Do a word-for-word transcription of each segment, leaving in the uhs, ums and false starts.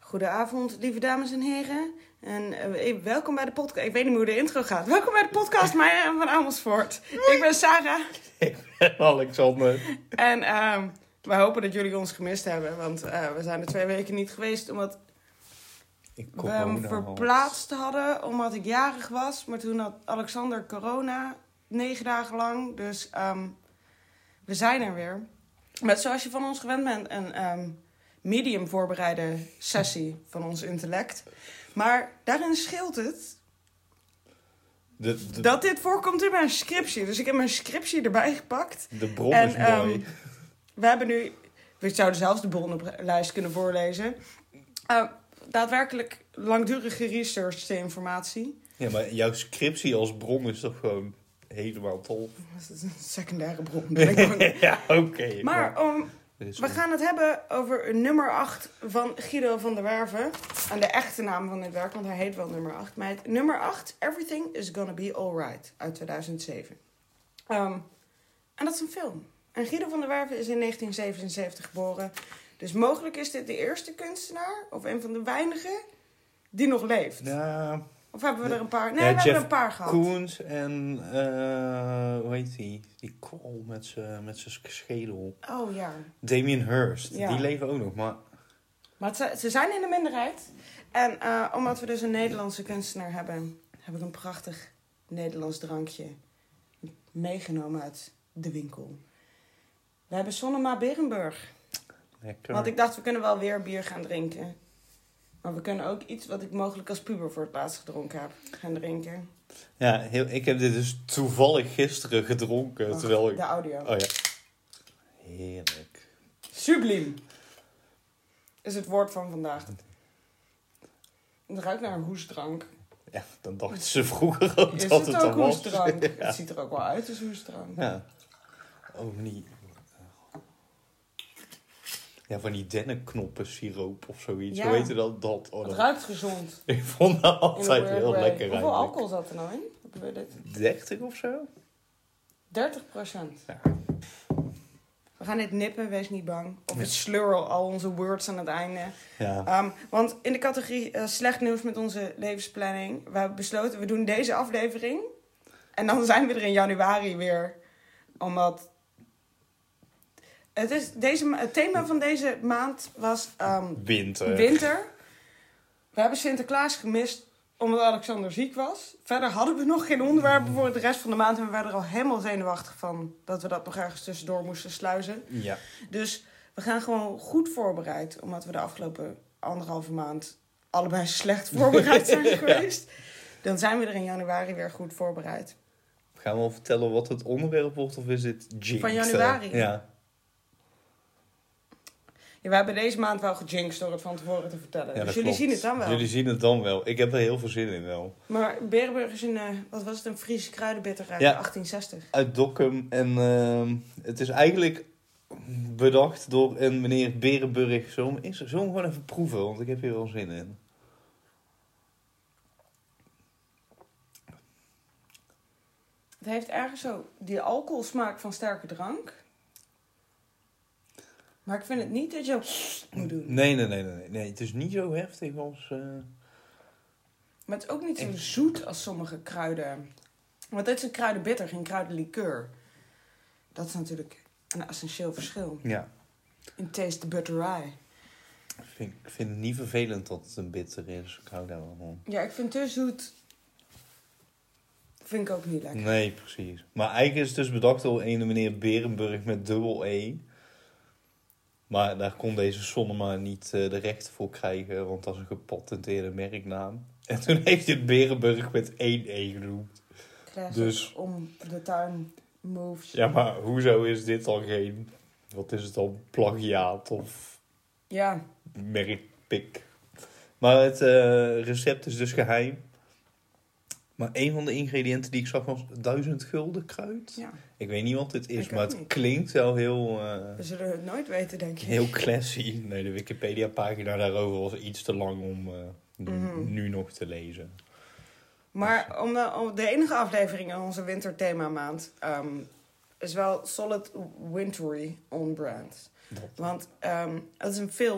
Goedenavond, lieve dames en heren. En uh, welkom bij de podcast. Ik weet niet hoe de intro gaat. Welkom bij de podcast Maya van Amersfoort. Ik ben Sarah. Ik ben Alexander. En uh, wij hopen dat jullie ons gemist hebben. Want uh, we zijn er twee weken niet geweest. Omdat we hem verplaatst hadden. Omdat ik jarig was. Maar toen had Alexander corona. Negen dagen lang. Dus um, we zijn er weer. Met zoals je van ons gewend bent. Een um, medium voorbereide sessie van ons intellect. Maar daarin scheelt het. De, de, dat dit voorkomt in mijn scriptie. Dus ik heb mijn scriptie erbij gepakt. De bron en, is mooi. Um, we hebben nu... We zouden zelfs de bronnenlijst kunnen voorlezen. Uh, daadwerkelijk langdurige research de informatie. Ja, maar jouw scriptie als bron is toch gewoon helemaal tof? Dat is een secundaire bron. Ben ik bang. Ja, oké. Okay, maar... maar um, we gaan het hebben over nummer acht van Guido van der Werven. En de echte naam van dit werk, want hij heet wel nummer acht. Maar het nummer acht, Everything is Gonna Be Alright, uit tweeduizend zeven. Um, en dat is een film. En Guido van der Werven is in negentien zevenenzeventig geboren. Dus mogelijk is dit de eerste kunstenaar, of een van de weinigen, die nog leeft. Ja... Of hebben we er een paar? Nee, ja, we Jeff hebben er een paar gehad. Koons en, uh, hoe heet die? Die Cole met zijn met zijn schedel. Oh ja. Damien Hirst. Ja. Die leven ook nog, maar... Maar het, ze zijn in de minderheid. En uh, omdat we dus een Nederlandse kunstenaar hebben, heb ik een prachtig Nederlands drankje meegenomen uit de winkel. We hebben Sonnema Berenburg. Lekker. Want ik dacht, we kunnen wel weer bier gaan drinken. Maar we kunnen ook iets wat ik mogelijk als puber voor het laatst gedronken heb gaan drinken. Ja, heel, ik heb dit dus toevallig gisteren gedronken. Och, terwijl ik... de audio. Oh ja. Heerlijk. Subliem. Is het woord van vandaag. Het ruikt naar een hoesdrank. Ja, dan dachten ze vroeger ook Is dat het, het ook dan was. hoesdrank? Ja. Het ziet er ook wel uit als hoesdrank. Ja. Oh, niet. Ja, van die dennenknoppen-siroop of zoiets. Ja. Hoe heet dat? dat oh, Het dat... ruikt gezond. Ik vond dat altijd heel way. lekker. Hoeveel eigenlijk. alcohol zat er nou in? Hebben we dit? dertig of zo? dertig procent. Ja. We gaan dit nippen, wees niet bang. Of Ja. we slurren al onze words aan het einde. Ja. Um, want in de categorie uh, slecht nieuws met onze levensplanning... we hebben besloten, we doen deze aflevering. En dan zijn we er in januari weer. Omdat... Het, is deze, het thema van deze maand was... Um, Winter. Winter. We hebben Sinterklaas gemist omdat Alexander ziek was. Verder hadden we nog geen onderwerpen voor de rest van de maand. En we waren er al helemaal zenuwachtig van dat we dat nog ergens tussendoor moesten sluizen. Ja. Dus we gaan gewoon goed voorbereid. Omdat we de afgelopen anderhalve maand allebei slecht voorbereid zijn geweest. Dan zijn we er in januari weer goed voorbereid. Gaan we al vertellen wat het onderwerp wordt of is het jinxed? Van januari? Ja. Ja, we hebben deze maand wel gejinxed door het van tevoren te vertellen. Ja, dus dat jullie klopt. zien het dan wel. Jullie zien het dan wel. Ik heb er heel veel zin in wel. Maar Berenburg is een, uh, wat was het, een Friese kruidenbitter uit Ja. achttien zestig. Uit Dokkum. En uh, het is eigenlijk bedacht door een meneer Berenburg. Zullen we hem gewoon even proeven? Want ik heb hier wel zin in. Het heeft ergens zo die alcoholsmaak van sterke drank. Maar ik vind het niet dat je zo moet doen. Nee, nee, nee, nee, nee. Het is niet zo heftig als... Uh... Maar het is ook niet zo zoet als sommige kruiden. Want dit is een kruidenbitter, geen kruidenlikeur. Dat is natuurlijk een essentieel verschil. Ja. In taste the butter eye. Ik vind, ik vind het niet vervelend dat het een bitter is. Ik hou daar wel van. Ja, ik vind te zoet... Vind ik ook niet lekker. Nee, precies. Maar eigenlijk is het dus bedacht door een meneer Berenburg met dubbel E. Maar daar kon deze Sonnema niet uh, de rechten voor krijgen, want dat is een gepatenteerde merknaam. En toen heeft hij het Berenburg met één E genoemd. Classic Dus... om de tuin moves. Ja, maar hoezo is dit dan geen... Wat is het dan? Plagiaat of Ja. merkpik? Maar het uh, recept is dus geheim. Maar een van de ingrediënten die ik zag was duizend gulden kruid. Ja. Ik weet niet wat dit is, Ik maar ook het niet. klinkt wel heel... Uh, We zullen het nooit weten, denk ik. heel classy. Nee, de Wikipedia-pagina daarover was iets te lang om uh, Mm-hmm. nu nog te lezen. Maar om de, om de enige aflevering in onze winterthemamaand um, is wel solid wintry on brand. Dat. Want um, het is een film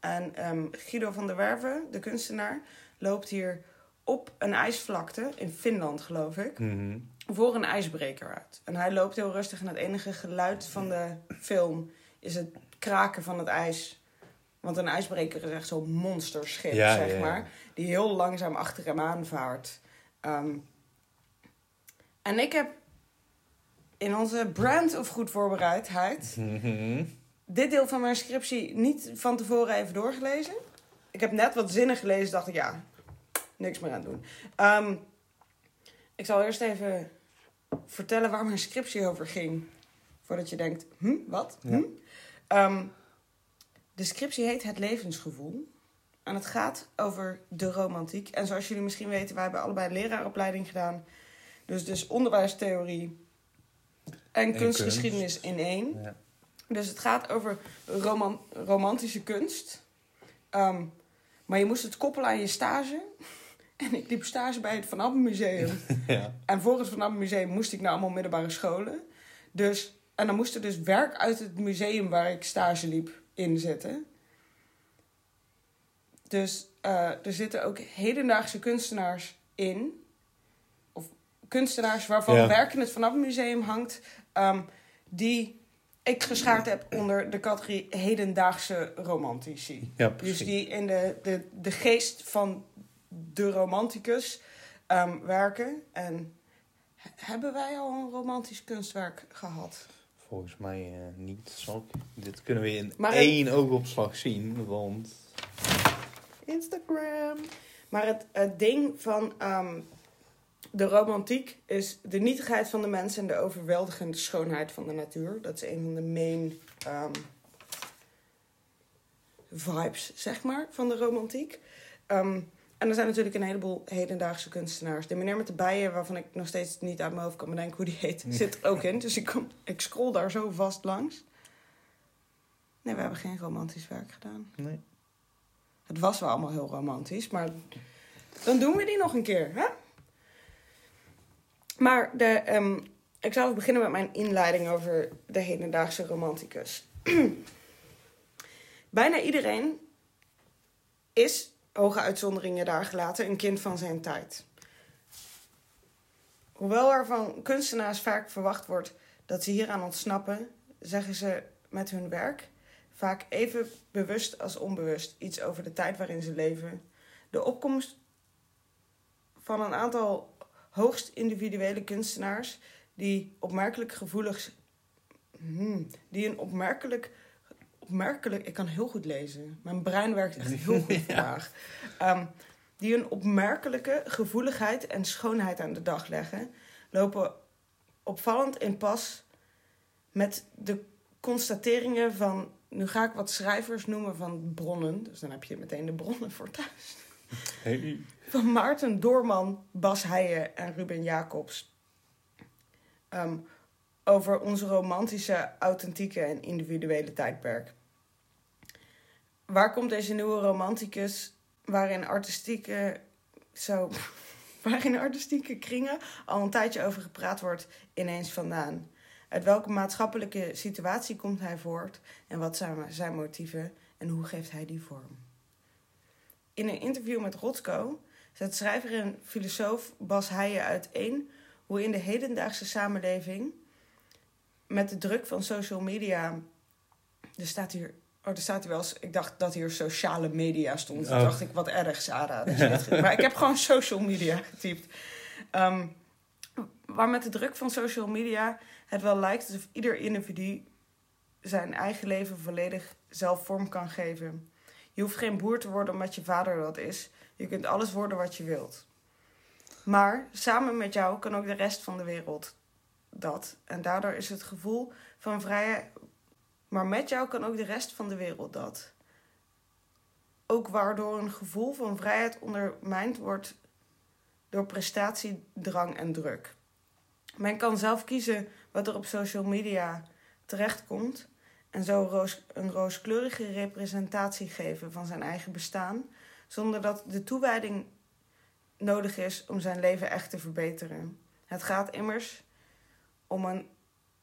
En um, Guido van der Werven, de kunstenaar, loopt hier op een ijsvlakte, in Finland geloof ik, Mm-hmm. voor een ijsbreker uit. En hij loopt heel rustig en het enige geluid van de film is het kraken van het ijs. Want een ijsbreker is echt zo'n monsterschip, ja, zeg ja, ja. maar. Die heel langzaam achter hem aanvaart. Um, en ik heb in onze brand of goed voorbereidheid Mm-hmm. dit deel van mijn scriptie niet van tevoren even doorgelezen. Ik heb net wat zinnen gelezen, dacht ik, ja, niks meer aan doen. Um, ik zal eerst even vertellen waar mijn scriptie over ging. Voordat je denkt, hm, wat? Hm? Ja. Um, de scriptie heet Het levensgevoel. En het gaat over de romantiek. En zoals jullie misschien weten, wij hebben allebei een leraaropleiding gedaan. Dus, dus onderwijstheorie en, en kunstgeschiedenis kunst. in één. Ja. Dus het gaat over roman- romantische kunst. Um, maar je moest het koppelen aan je stage. En ik liep stage bij het Van Abbe Museum. Ja. En voor het Van Abbe Museum moest ik naar allemaal middelbare scholen. Dus, en dan moest er dus werk uit het museum waar ik stage liep inzetten. Dus uh, er zitten ook hedendaagse kunstenaars in. Of kunstenaars waarvan ja. werk in het Van Abbe Museum hangt. Um, die ik geschaard heb onder de categorie hedendaagse romantici. Ja, dus die in de, de, de geest van de romanticus um, werken. En hebben wij al een romantisch kunstwerk gehad? Volgens mij uh, niet. Zal ik... Dit kunnen we in maar één het... oogopslag zien, want Instagram. Maar het, het ding van um, de romantiek is de nietigheid van de mens en de overweldigende schoonheid van de natuur. Dat is een van de main um, vibes, zeg maar, van de romantiek. Um, en er zijn natuurlijk een heleboel hedendaagse kunstenaars. De meneer met de bijen, waarvan ik nog steeds niet uit mijn hoofd kan bedenken hoe die heet, zit er ook in. Dus ik, kom, ik scroll daar zo vast langs. Nee, we hebben geen romantisch werk gedaan. Nee. Het was wel allemaal heel romantisch, maar dan doen we die nog een keer, hè? Maar de, um, ik zal even beginnen met mijn inleiding over de hedendaagse romanticus. Bijna iedereen is, hoge uitzonderingen daar gelaten, een kind van zijn tijd. Hoewel er van kunstenaars vaak verwacht wordt dat ze hieraan ontsnappen, zeggen ze met hun werk vaak even bewust als onbewust iets over de tijd waarin ze leven. De opkomst van een aantal hoogst individuele kunstenaars die opmerkelijk gevoelig... Hmm, die een opmerkelijk... opmerkelijk... Ik kan heel goed lezen. Mijn brein werkt echt heel goed vandaag. Ja. Um, die een opmerkelijke gevoeligheid en schoonheid aan de dag leggen, lopen opvallend in pas met de constateringen van... Nu ga ik wat schrijvers noemen van bronnen. Dus dan heb je meteen de bronnen voor thuis. Hey. Van Maarten Doorman, Bas Heijen en Ruben Jacobs. Um, over onze romantische, authentieke en individuele tijdperk. Waar komt deze nieuwe romanticus, waarin artistieke, zo, waarin artistieke kringen al een tijdje over gepraat wordt, ineens vandaan? Uit welke maatschappelijke situatie komt hij voort en wat zijn zijn motieven en hoe geeft hij die vorm? In een interview met Rothko zet schrijver en filosoof Bas Heijen uiteen hoe in de hedendaagse samenleving met de druk van social media... Er staat hier... Oh, er staat hier wel eens... Ik dacht dat hier sociale media stond. Toen oh. dacht ik, wat erg, Sarah. Dat je dit, maar ik heb gewoon social media getypt. Um, waar met de druk van social media het wel lijkt alsof ieder individu zijn eigen leven volledig zelf vorm kan geven. Je hoeft geen boer te worden omdat je vader dat is. Je kunt alles worden wat je wilt. Maar samen met jou kan ook de rest van de wereld dat. En daardoor is het gevoel van vrijheid... Maar met jou kan ook de rest van de wereld dat. Ook waardoor een gevoel van vrijheid ondermijnd wordt door prestatiedrang en druk. Men kan zelf kiezen wat er op social media terechtkomt en zo roos, een rooskleurige representatie geven van zijn eigen bestaan, zonder dat de toewijding nodig is om zijn leven echt te verbeteren. Het gaat immers om een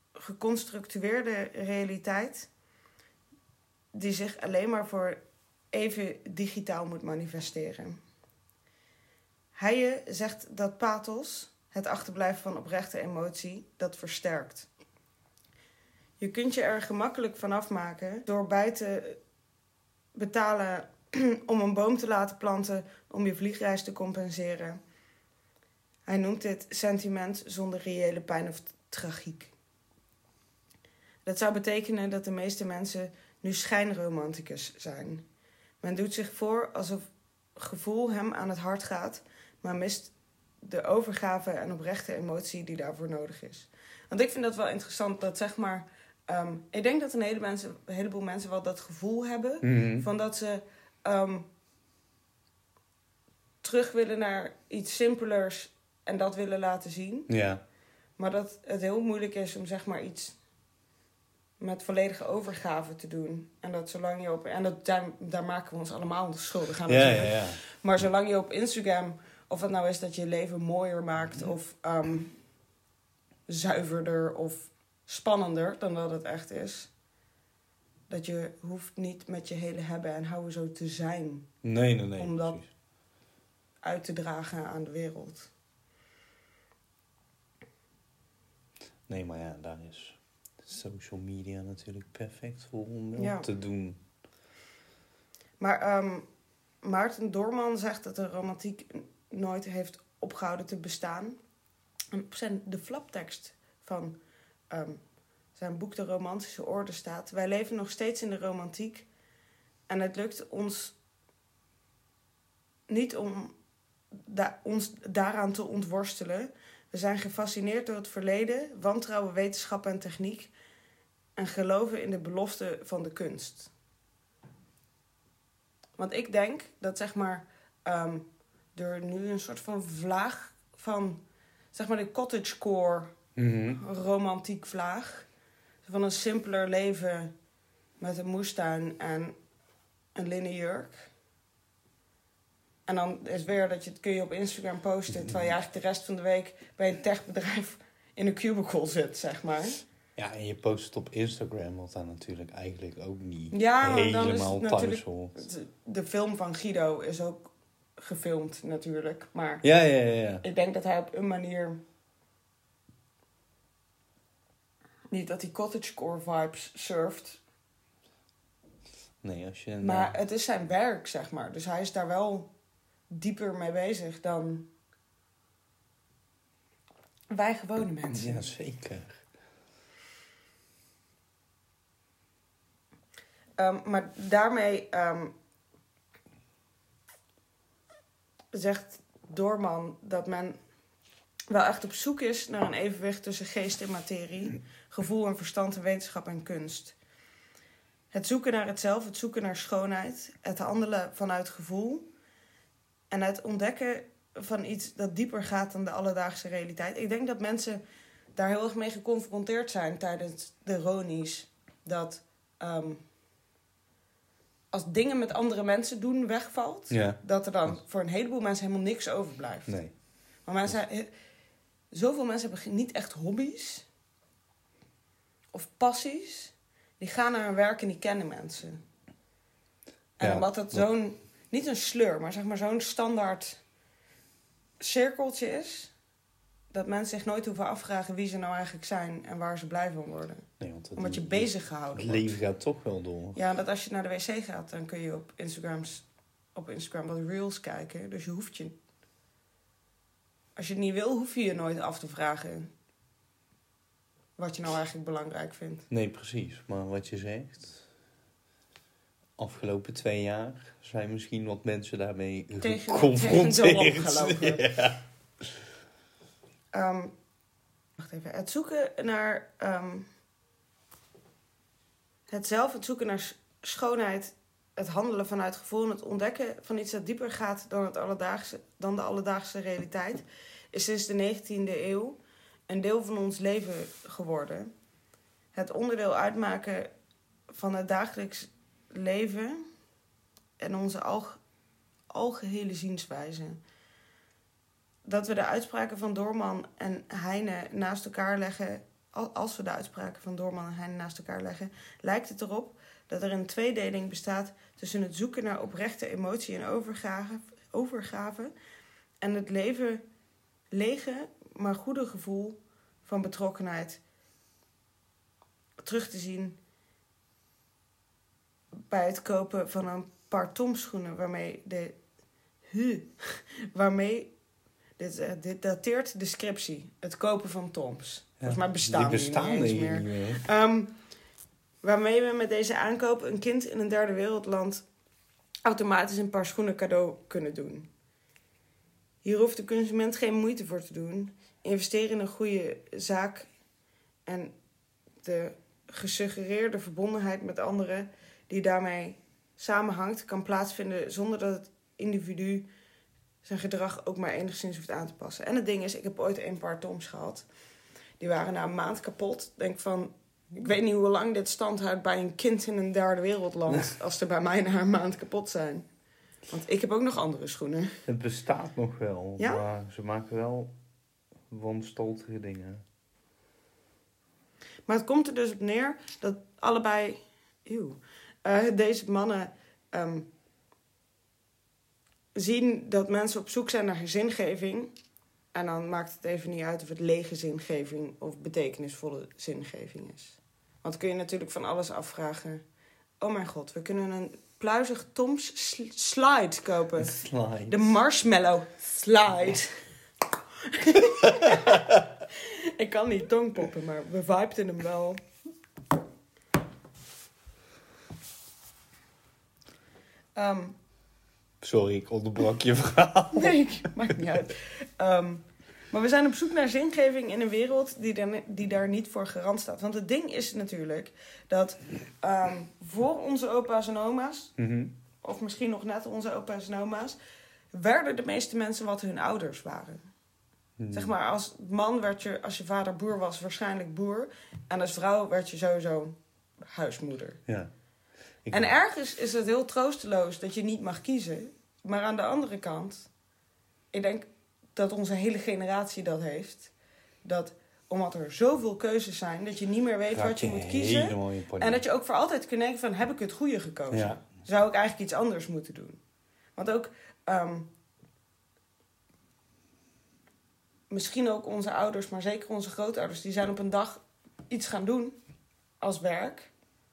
geconstructueerde realiteit die zich alleen maar voor even digitaal moet manifesteren. Heijen zegt dat pathos, het achterblijven van oprechte emotie, dat versterkt. Je kunt je er gemakkelijk van afmaken door bij te betalen om een boom te laten planten om je vliegreis te compenseren. Hij noemt dit sentiment zonder reële pijn of tragiek. Dat zou betekenen dat de meeste mensen nu schijnromanticus zijn. Men doet zich voor alsof gevoel hem aan het hart gaat, maar mist de overgave en oprechte emotie die daarvoor nodig is. Want ik vind dat wel interessant, dat zeg maar... Um, ik denk dat een, hele mensen, een heleboel mensen wel dat gevoel hebben, mm-hmm. van dat ze um, terug willen naar iets simpelers en dat willen laten zien. Ja. Maar dat het heel moeilijk is om zeg maar iets met volledige overgave te doen. En dat zolang je op... En dat, daar, daar maken we ons allemaal schuldig aan. Ja, ja, ja. Maar zolang je op Instagram... Of het nou is dat je leven mooier maakt... Ja. Of um, zuiverder of spannender dan dat het echt is. Dat je hoeft niet met je hele hebben en houden zo te zijn. Nee, nee, nee. Om dat precies uit te dragen aan de wereld. Nee, maar ja, daar is social media natuurlijk perfect voor om dat ja. te doen. Maar um, Maarten Doorman zegt dat de romantiek nooit heeft opgehouden te bestaan. En op zijn, de flaptekst van um, zijn boek De Romantische Orde staat: wij leven nog steeds in de romantiek. En het lukt ons niet om da- ons daaraan te ontworstelen. We zijn gefascineerd door het verleden, wantrouwen wetenschap en techniek en geloven in de belofte van de kunst. Want ik denk dat zeg maar um, er nu een soort van vlaag van zeg maar de cottagecore mm-hmm. romantiek vlaag. Van een simpeler leven met een moestuin en een linnen jurk. En dan is weer dat je het kun je op Instagram posten, terwijl je eigenlijk de rest van de week bij een techbedrijf in een cubicle zit, zeg maar. Ja, en je post het op Instagram, wat daar natuurlijk eigenlijk ook niet ja, helemaal thuis hoort. De, de film van Guido is ook gefilmd natuurlijk, maar ja, ja, ja, ja. ik denk dat hij op een manier niet dat hij cottagecore vibes surft. Nee, als je... Maar het is zijn werk, zeg maar. Dus hij is daar wel dieper mee bezig dan wij gewone mensen. Ja, zeker. Um, maar daarmee um, zegt Doorman dat men wel echt op zoek is naar een evenwicht tussen geest en materie, gevoel en verstand en wetenschap en kunst. Het zoeken naar het zelf, het zoeken naar schoonheid, het handelen vanuit gevoel en het ontdekken van iets dat dieper gaat dan de alledaagse realiteit. Ik denk dat mensen daar heel erg mee geconfronteerd zijn tijdens de Ronies. Dat um, als dingen met andere mensen doen wegvalt, ja. dat er dan voor een heleboel mensen helemaal niks overblijft. Nee. Maar mensen, zoveel mensen hebben niet echt hobby's of passies. Die gaan naar hun werk en die kennen mensen. En ja, omdat het zo'n, niet een sleur, maar zeg maar zo'n standaard cirkeltje is, dat mensen zich nooit hoeven afvragen wie ze nou eigenlijk zijn en waar ze blij van worden. Nee, want het, omdat je bezig gehouden wordt. Het leven gaat toch wel door. Ja, dat als je naar de wc gaat, dan kun je op, Instagrams, op Instagram wat reels kijken. Dus je hoeft je... Als je het niet wil, hoef je je nooit af te vragen wat je nou eigenlijk belangrijk vindt. Nee, precies. Maar wat je zegt, afgelopen twee jaar zijn misschien wat mensen daarmee tegen, geconfronteerd. Tegen ja. um, wacht even. Het zoeken naar um, het zelf, het zoeken naar schoonheid, het handelen vanuit gevoel en het ontdekken van iets dat dieper gaat dan, het alledaagse, dan de alledaagse realiteit, is sinds de negentiende eeuw een deel van ons leven geworden. Het onderdeel uitmaken van het dagelijks leven en onze alg- algehele zienswijze. Dat we de uitspraken van Doorman en Heine naast elkaar leggen, als we de uitspraken van Doorman en Heine naast elkaar leggen, lijkt het erop dat er een tweedeling bestaat tussen het zoeken naar oprechte emotie en overgave, overgave en het leven lege, maar goede gevoel van betrokkenheid terug te zien bij het kopen van een paar Tomschoenen waarmee de huh, waarmee dit, uh, dit dateert de scriptie, het kopen van Toms. Ja, volgens mij bestaan die, bestaan die niet eens meer. Niet meer. Um, waarmee we met deze aankoop een kind in een derde wereldland automatisch een paar schoenen cadeau kunnen doen. Hier hoeft de consument geen moeite voor te doen. Investeer in een goede zaak en de gesuggereerde verbondenheid met anderen die daarmee samenhangt, kan plaatsvinden zonder dat het individu zijn gedrag ook maar enigszins hoeft aan te passen. En het ding is, ik heb ooit een paar Toms gehad. Die waren na een maand kapot. Denk van, ik weet niet hoe lang dit stand houdt bij een kind in een derde wereldland als ze bij mij na een maand kapot zijn. Want ik heb ook nog andere schoenen. Het bestaat nog wel, ja? Maar ze maken wel wanstaltige dingen. Maar het komt er dus op neer dat allebei eeuw, uh, deze mannen um, zien dat mensen op zoek zijn naar zingeving. En dan maakt het even niet uit of het lege zingeving of betekenisvolle zingeving is. Want kun je natuurlijk van alles afvragen. Oh mijn god, we kunnen een pluizig Toms sl- slide kopen. Slide. De marshmallow slide. Ik kan niet tongpoppen, maar we vibten hem wel. Um, Sorry, ik onderbrak je verhaal. Nee, maakt niet uit. Um, maar we zijn op zoek naar zingeving in een wereld die, daar, die daar niet voor garant staat. Want het ding is natuurlijk dat um, voor onze opa's en oma's, Mm-hmm. of misschien nog net onze opa's en oma's, werden de meeste mensen wat hun ouders waren. Mm. Zeg maar, als man werd je, als je vader boer was, waarschijnlijk boer. En als vrouw werd je sowieso huismoeder. Ja. Ik en ergens is het heel troosteloos dat je niet mag kiezen. Maar aan de andere kant, ik denk dat onze hele generatie dat heeft. Dat omdat er zoveel keuzes zijn, dat je niet meer weet Raak wat je, je moet kiezen. En dat je ook voor altijd kunt denken van, heb ik het goede gekozen? Ja. Zou ik eigenlijk iets anders moeten doen? Want ook, um, misschien ook onze ouders, maar zeker onze grootouders, die zijn op een dag iets gaan doen als werk.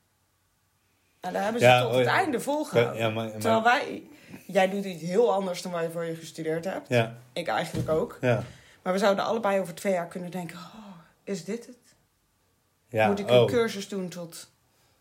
En daar hebben ze ja, tot oh, het ja. einde volgehouden. Ja, maar, maar... Terwijl wij... Jij doet iets heel anders dan waarvoor je gestudeerd hebt. Ja. Ik eigenlijk ook. Ja. Maar we zouden allebei over twee jaar kunnen denken... Oh, is dit het? Ja, Moet ik een oh. cursus doen tot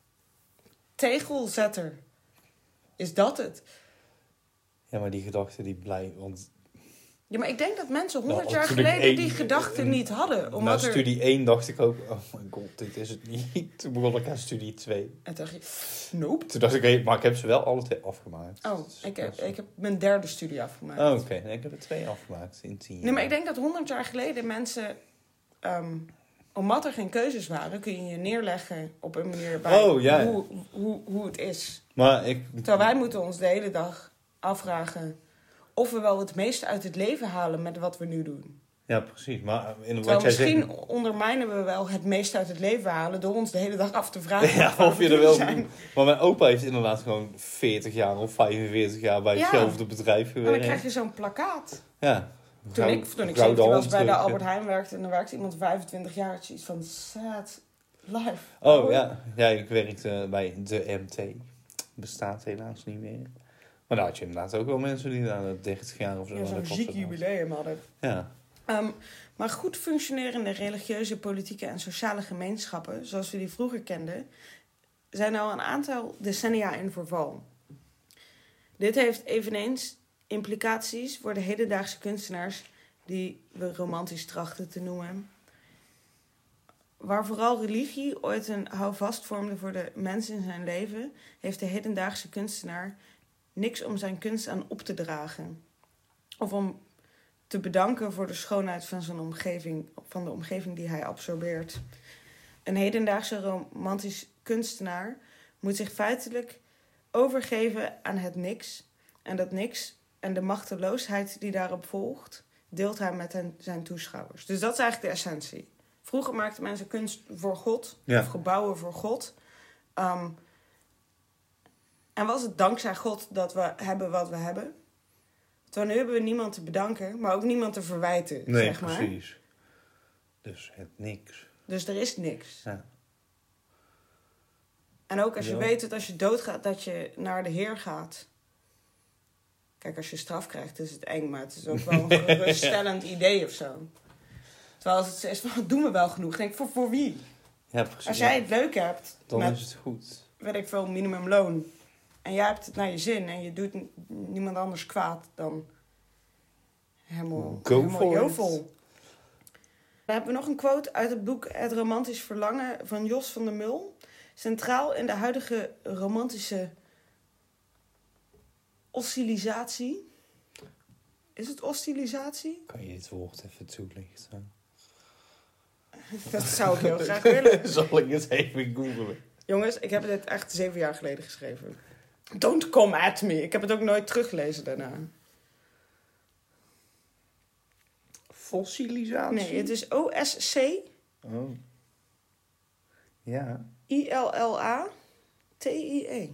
tegelzetter? Is dat het? Ja, maar die gedachte die blijft... Want... Ja, maar ik denk dat mensen honderd nou, jaar geleden één, die gedachten een, niet hadden. Omdat na studie één dacht ik ook... Oh mijn god, dit is het niet. Toen begon ik aan studie twee. En dacht je... Nope. Toen dacht ik, hey, maar ik heb ze wel alle twee afgemaakt. Oh, dus ik, heb, ik heb mijn derde studie afgemaakt. Oh, oké. Okay. Nee, ik heb er twee afgemaakt in tien jaar. Nee, maar ik denk dat honderd jaar geleden mensen... Um, omdat er geen keuzes waren, kun je je neerleggen op een manier bij oh, ja. hoe, hoe, hoe het is. Maar ik... Terwijl wij moeten ons de hele dag afvragen of we wel het meeste uit het leven halen met wat we nu doen. Ja, precies. Maar in Terwijl wat misschien jij zegt... ondermijnen we wel het meeste uit het leven halen door ons de hele dag af te vragen. Ja, of, of je er wel zijn. Maar mijn opa heeft inderdaad gewoon veertig jaar of vijfenveertig jaar bij hetzelfde ja. bedrijf gewerkt. En dan krijg je zo'n plakkaat. Ja. Toen Gauw, ik, toen ik zeventien was bij de Albert Heijn werkte en dan werkte iemand vijfentwintig jaar. Het is iets van sad life. Oh, oh ja. Ja, ik werkte bij de M T. Bestaat helaas niet meer. Maar daar had je inderdaad ook wel mensen die daar dertig jaar of zo... Ja, zo'n ziek jubileum hadden. Ja. Um, maar goed functionerende religieuze, politieke en sociale gemeenschappen, zoals we die vroeger kenden, zijn al een aantal decennia in verval. Dit heeft eveneens implicaties voor de hedendaagse kunstenaars, die we romantisch trachten te noemen. Waar vooral religie ooit een houvast vormde voor de mens in zijn leven, heeft de hedendaagse kunstenaar niks om zijn kunst aan op te dragen. Of om te bedanken voor de schoonheid van zijn omgeving, van de omgeving die hij absorbeert. Een hedendaagse romantisch kunstenaar moet zich feitelijk overgeven aan het niks. En dat niks en de machteloosheid die daarop volgt, deelt hij met hen, zijn toeschouwers. Dus dat is eigenlijk de essentie. Vroeger maakten mensen kunst voor God, ja. of gebouwen voor God. Um, En was het dankzij God dat we hebben wat we hebben? Terwijl nu hebben we niemand te bedanken, maar ook niemand te verwijten, nee, zeg maar. Nee, precies. Dus het niks. Dus er is niks. Ja. En ook als je ja. weet dat als je doodgaat, dat je naar de Heer gaat. Kijk, als je straf krijgt, is het eng, maar het is ook wel een geruststellend idee of zo. Terwijl als het is van, doen we wel genoeg? Denk ik, voor, voor wie? Ja, precies. Als jij het leuk hebt, dan met, is het goed. Weet ik veel, minimumloon. En jij hebt het naar je zin en je doet n- niemand anders kwaad, dan helemaal, Go helemaal for jovel. it. Dan hebben we nog een quote uit het boek Het Romantisch Verlangen van Jos van der Mul. Centraal in de huidige romantische oscillisatie. Is het oscillisatie? Kan je dit woord even toelichten? Dat zou ik heel graag willen. Zal ik het even googlen? Jongens, ik heb dit echt zeven jaar geleden geschreven. Don't come at me. Ik heb het ook nooit teruggelezen daarna. Fossilisatie? Nee, het is O S C Oh. Ja. I L L A T I E.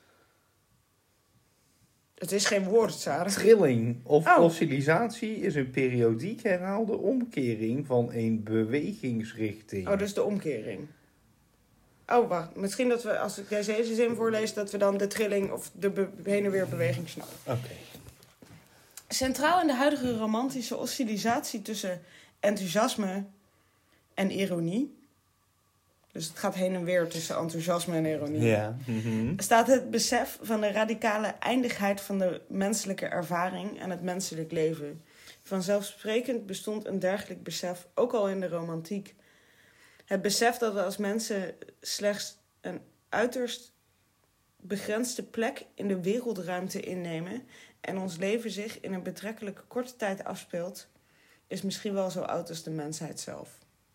Het is geen woord, Sarah. Trilling of Oh. fossilisatie is een periodiek herhaalde omkering van een bewegingsrichting. Oh, dus de omkering. Oh, wacht. Misschien dat we, als ik deze zin voorlees, dat we dan de trilling of de be- heen en weer beweging snappen. Oké. Centraal in de huidige romantische oscillisatie tussen enthousiasme en ironie. Dus het gaat heen en weer tussen enthousiasme en ironie. Ja. Mhm. Staat het besef van de radicale eindigheid van de menselijke ervaring en het menselijk leven. Vanzelfsprekend bestond een dergelijk besef ook al in de romantiek. Het besef dat we als mensen slechts een uiterst begrensde plek in de wereldruimte innemen en ons leven zich in een betrekkelijk korte tijd afspeelt, is misschien wel zo oud als de mensheid zelf.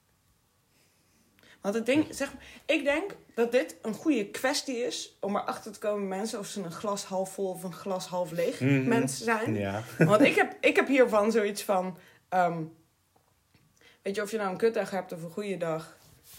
Want het ding, zeg maar, ik denk dat dit een goede kwestie is om erachter te komen mensen of ze een glas half vol of een glas half leeg Mhm. mensen zijn. Ja. Want ik heb, ik heb hiervan zoiets van, um, weet je, of je nou een kutdag hebt of een goede dag,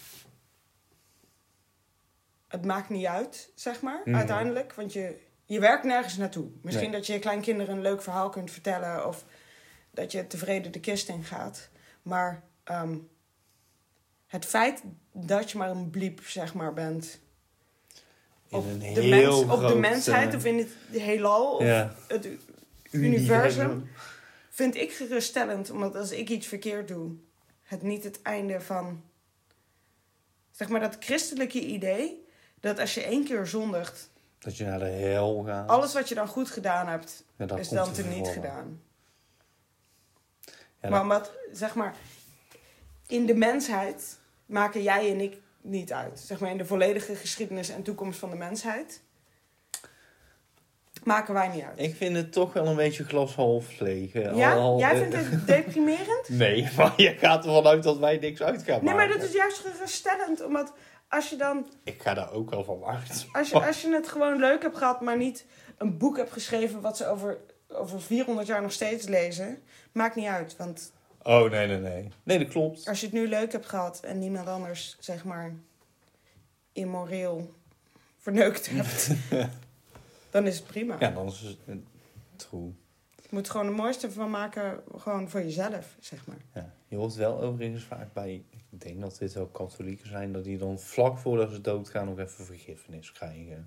het maakt niet uit, zeg maar, Mhm. uiteindelijk. Want je, je werkt nergens naartoe. Misschien Nee. dat je je kleinkinderen een leuk verhaal kunt vertellen of dat je tevreden de kist in gaat. Maar um, het feit dat je maar een bliep, zeg maar, bent In op, een de, heel mens, op de groot, mensheid uh, of in het heelal of ja. het universum. universum, vind ik geruststellend. Omdat als ik iets verkeerd doe, het niet het einde van, zeg maar, dat christelijke idee, dat als je één keer zondigt, Dat je naar de hel gaat. alles wat je dan goed gedaan hebt, Ja, dat is komt dan te teniet vervallen. gedaan. Ja, Maar dat- omdat, zeg maar, in de mensheid maken jij en ik niet uit. Zeg maar, in de volledige geschiedenis en toekomst van de mensheid maken wij niet uit. Ik vind het toch wel een beetje glas half leeg. eh, Ja? al- Jij eh, vindt het deprimerend? Nee, maar je gaat ervan uit dat wij niks uit gaan Nee, maar maken. dat is juist geruststellend. Omdat als je dan, Ik ga daar ook al van uit. als je, als je het gewoon leuk hebt gehad, maar niet een boek hebt geschreven wat ze over, over vierhonderd jaar nog steeds lezen, maakt niet uit. Want Oh, nee, nee, nee. Nee, dat klopt. als je het nu leuk hebt gehad en niemand anders, zeg maar, immoreel verneukt hebt, dan is het prima. Ja, dan is het uh, true. Je moet gewoon het mooiste van maken, gewoon voor jezelf, zeg maar. Ja. Je hoort wel overigens vaak bij, ik denk dat dit wel katholieken zijn, dat die dan vlak voordat ze doodgaan nog even vergiffenis krijgen.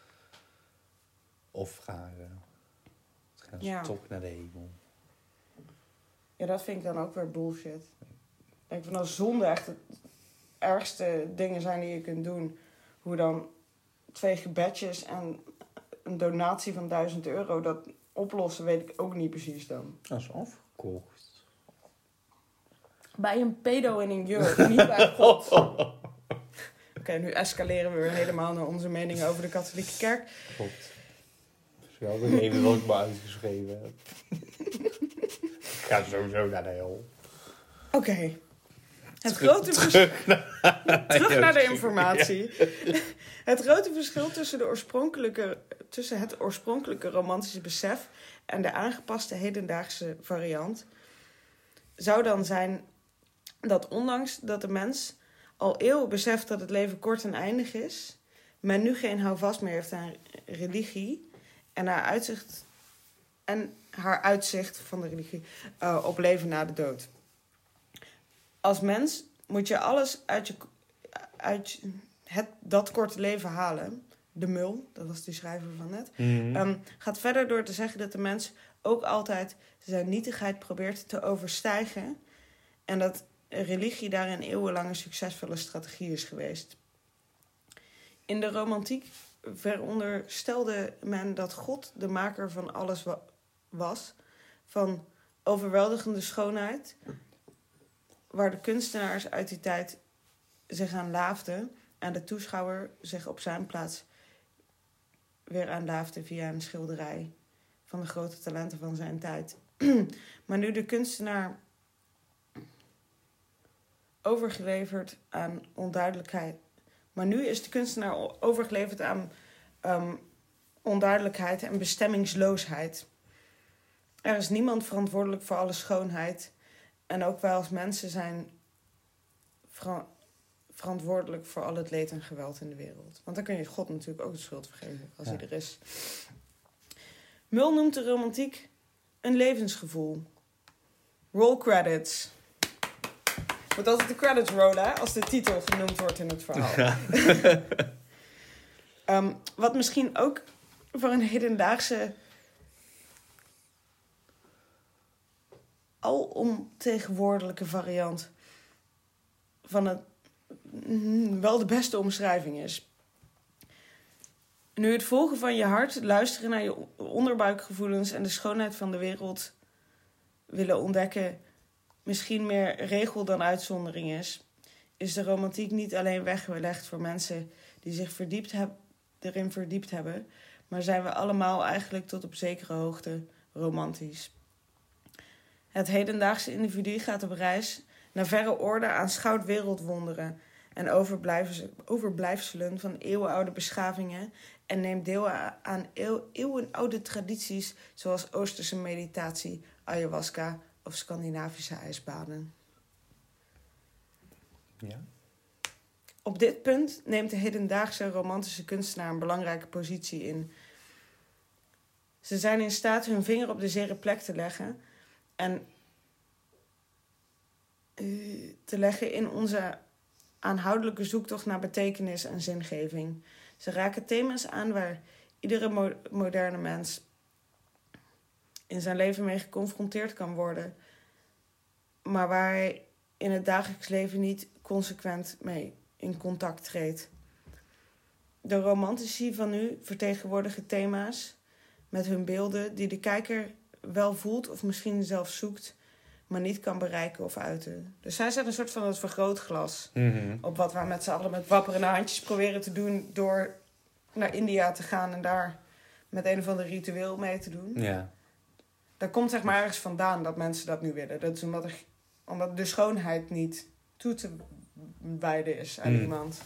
Of vragen. Dan gaan ze Ja. toch naar de hemel. Ja, dat vind ik dan ook weer bullshit. Ik vind dat zonde echt het ergste dingen zijn die je kunt doen. Hoe dan twee gebedjes en een donatie van duizend euro dat oplossen, weet ik ook niet precies dan. Dat is afgekocht. Bij een pedo in een jurk, niet bij God. Oké, okay, nu escaleren we weer helemaal naar onze meningen over de katholieke kerk. Klopt. Dat is wel degene wat ik me uitgeschreven heb. Ik ga sowieso naar de hel. Oké. Okay. Het Terug- grote vers- terug naar, Terug naar de informatie. Het grote verschil tussen, de oorspronkelijke, tussen het oorspronkelijke romantische besef en de aangepaste hedendaagse variant zou dan zijn dat ondanks dat de mens al eeuwen beseft dat het leven kort en eindig is, men nu geen houvast meer heeft aan religie en haar uitzicht, en haar uitzicht van de religie uh, op leven na de dood. Als mens moet je alles uit, je, uit het, dat korte leven halen. De Mul, dat was die schrijver van net, mm-hmm. um, gaat verder door te zeggen dat de mens ook altijd zijn nietigheid probeert te overstijgen en dat religie daarin eeuwenlang een succesvolle strategie is geweest. In de romantiek veronderstelde men dat God de maker van alles wa- was, van overweldigende schoonheid, waar de kunstenaars uit die tijd zich aan laafden en de toeschouwer zich op zijn plaats weer aan laafde via een schilderij van de grote talenten van zijn tijd. Maar nu de kunstenaar overgeleverd aan onduidelijkheid. Maar nu is de kunstenaar overgeleverd aan um, onduidelijkheid en bestemmingsloosheid. Er is niemand verantwoordelijk voor alle schoonheid. En ook wij als mensen zijn ver- verantwoordelijk voor al het leed en geweld in de wereld. Want dan kun je God natuurlijk ook de schuld vergeven als ja. hij er is. Mul noemt de romantiek een levensgevoel. Roll credits. Moet altijd de credits rollen als de titel genoemd wordt in het verhaal. Ja. um, wat misschien ook voor een hedendaagse alomtegenwoordiglijke variant van het mm, wel de beste omschrijving is. Nu het volgen van je hart, luisteren naar je onderbuikgevoelens en de schoonheid van de wereld willen ontdekken misschien meer regel dan uitzondering is, is de romantiek niet alleen weggelegd voor mensen die zich verdiept heb, erin verdiept hebben, maar zijn we allemaal eigenlijk tot op zekere hoogte romantisch. Het hedendaagse individu gaat op reis naar verre oorden, aanschouwt wereldwonderen en overblijfselen van eeuwenoude beschavingen en neemt deel aan eeuw, eeuwenoude tradities zoals Oosterse meditatie, ayahuasca of Scandinavische ijsbaden. Ja. Op dit punt neemt de hedendaagse romantische kunstenaar een belangrijke positie in. Ze zijn in staat hun vinger op de zere plek te leggen en uh, te leggen in onze aanhoudelijke zoektocht naar betekenis en zingeving. Ze raken thema's aan waar iedere mo- moderne mens in zijn leven mee geconfronteerd kan worden, maar waar hij in het dagelijks leven niet consequent mee in contact treedt. De romantici van nu vertegenwoordigen thema's met hun beelden die de kijker wel voelt of misschien zelf zoekt, maar niet kan bereiken of uiten. Dus zij zijn een soort van het vergrootglas mm-hmm. op wat wij met z'n allen met wapperende handjes proberen te doen door naar India te gaan en daar met een of ander ritueel mee te doen. Ja. Daar komt zeg maar ergens vandaan dat mensen dat nu willen. Dat is omdat, er, omdat de schoonheid niet toe te wijden is aan mm. iemand.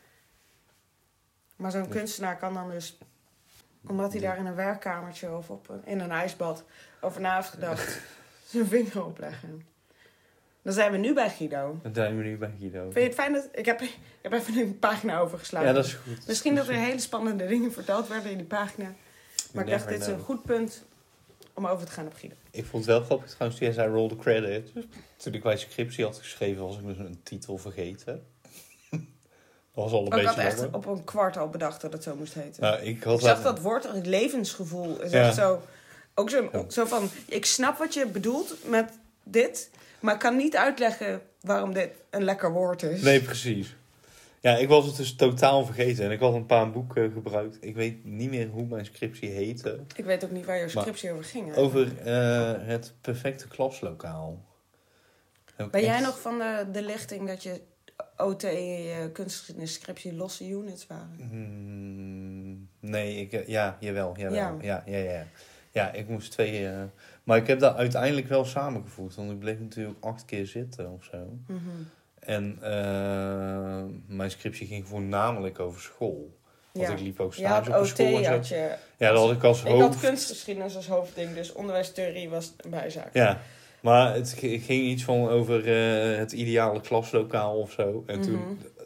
Maar zo'n kunstenaar kan dan dus, omdat hij daar in een werkkamertje of op een, in een ijsbad over na heeft gedacht, zijn vinger opleggen. Dan zijn we nu bij Guido. Dan zijn we nu bij Guido. Vind je het fijn dat... Ik heb, ik heb even een pagina overgeslagen. Ja, dat is goed. Misschien dat er hele spannende dingen verteld werden in die pagina. Maar ik dacht, dit is een goed punt om over te gaan op Guido. Ik vond het wel grappig trouwens, jij zei roll the credit. Toen ik mijn scriptie had geschreven, was ik dus een titel vergeten. Dat was al een ik beetje had echt jammer. op een kwart al bedacht dat het zo moest heten. Nou, ik, had ik zag dat woord, het levensgevoel. Is ja. echt zo, ook zo, ja. zo van, ik snap wat je bedoelt met dit, maar ik kan niet uitleggen waarom dit een lekker woord is. Nee, precies. Ja, ik was het dus totaal vergeten. En ik had een paar boeken gebruikt. Ik weet niet meer hoe mijn scriptie heette. Ik weet ook niet waar je scriptie over ging. Hè? Over uh, het perfecte klaslokaal. Ben echt... jij nog van de, de lichting dat je O T, uh, kunstgeschiedenis, scriptie, losse units waren? Mm, nee, ik, ja, jawel. jawel. Ja. Ja, ja, ja, ja. Ja, ik moest twee... Uh, maar ik heb dat uiteindelijk wel samengevoegd. Want ik bleef natuurlijk acht keer zitten of zo. Mm-hmm. En uh, mijn scriptie ging voornamelijk over school. Want ja. ik liep ook stage ja, op de school. En had je, ja, dat had ik als ik hoofd. Ik had kunstgeschiedenis als hoofdding, dus onderwijstheorie was een bijzaak. Ja, maar het ging iets van over uh, het ideale klaslokaal of zo. En mm-hmm. toen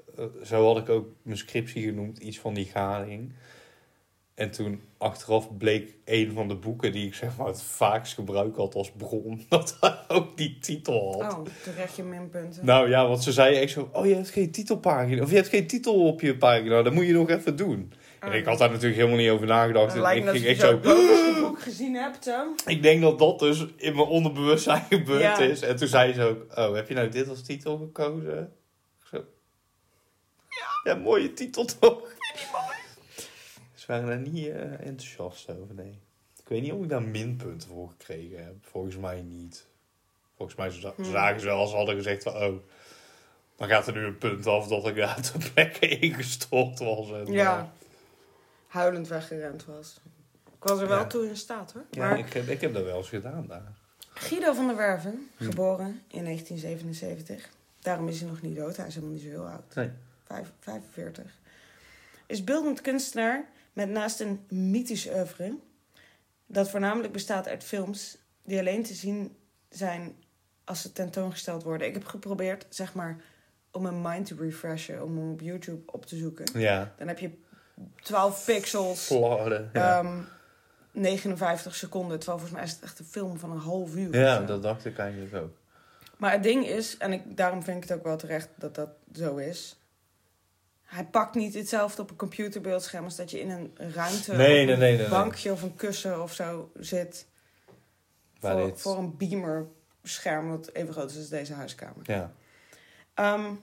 uh, zo had ik ook mijn scriptie genoemd, iets van die gading. En toen achteraf bleek een van de boeken die ik zeg maar het vaakst gebruik had als bron, dat hij ook die titel had. Oh, toen krijg je minpunten. Nou ja, want ze zei echt zo, oh je hebt geen titelpagina, of je hebt geen titel op je pagina, dat moet je nog even doen. Oh, en ik had daar natuurlijk helemaal niet over nagedacht. Het lijkt ik dat ging je echt zo het boek gezien hebt, zo. Ik denk dat dat dus in mijn onderbewustzijn gebeurd ja. is. En toen zei ze ook, oh, heb je nou dit als titel gekozen? Zo. Ja. Ja, mooie titel toch? Ja, die mooi. Ze waren daar niet uh, enthousiast over, nee. Ik weet niet of ik daar minpunten voor gekregen heb. Volgens mij niet. Volgens mij z- hmm. zagen ze wel als ze hadden gezegd van, oh, dan gaat er nu een punt af dat ik daar ter plekke ingestort was. En, ja. Uh, huilend weggerend was. Ik was er wel ja. toe in staat, hoor. Ja, maar ik, heb, ik heb dat wel eens gedaan daar. Guido van der Werven, hm. geboren in negentien zevenenzeventig. Daarom is hij nog niet dood. Hij is helemaal niet zo heel oud. Nee. Vijf, vijfenveertig. Is beeldend kunstenaar met naast een mythisch oeuvre. Dat voornamelijk bestaat uit films die alleen te zien zijn als ze tentoongesteld worden. Ik heb geprobeerd, zeg maar, om mijn mind te refreshen. Om hem op YouTube op te zoeken. Ja. Dan heb je twaalf pixels. Florde, ja. Um, negenenvijftig seconden. Terwijl volgens mij is het echt een film van een half uur. Ja, dat dacht ik eigenlijk ook. Maar het ding is, en ik, daarom vind ik het ook wel terecht dat dat zo is. Hij pakt niet hetzelfde op een computerbeeldscherm als dat je in een ruimte, nee, op nee, een nee, nee, bankje nee. of een kussen of zo zit. Voor, dit... voor een beamerscherm wat even groot is als deze huiskamer. Ja. Um,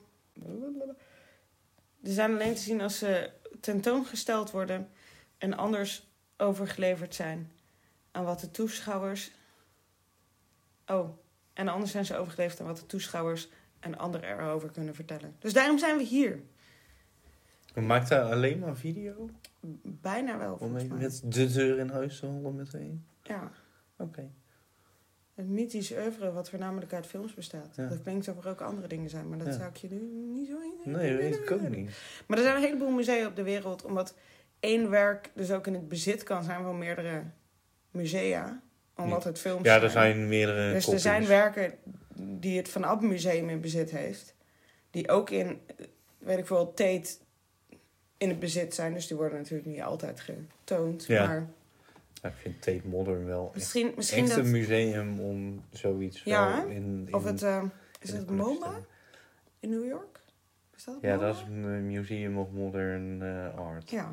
die zijn alleen te zien als ze tentoongesteld worden en anders overgeleverd zijn aan wat de toeschouwers... Oh, en anders zijn ze overgeleverd aan wat de toeschouwers en anderen erover kunnen vertellen. Dus daarom zijn we hier. Maakt hij alleen maar video? Bijna wel, volgens Om mij. met de deur in huis te hollen meteen? Ja. Oké. Okay. Het mythische oeuvre wat voornamelijk uit films bestaat. Ja. Dat klinkt alsof er ook andere dingen zijn, maar dat ja. zou ik je nu niet zo... Nee, dat weet ik ook niet. Maar er zijn een heleboel musea op de wereld, omdat één werk dus ook in het bezit kan zijn van meerdere musea. Omdat het films Ja, er zijn, zijn meerdere Dus kopies. er zijn werken die het Van Abbe Museum in bezit heeft. Die ook in, weet ik veel, Tate in het bezit zijn. Dus die worden natuurlijk niet altijd getoond. Ja. Maar ja, ik vind Tate Modern wel misschien, echt, misschien echt dat... een museum om zoiets ja, wel in, in... Of het, uh, is het MoMA in New York? Is dat ja, MoMA? dat is een Museum of Modern uh, Art. Ja.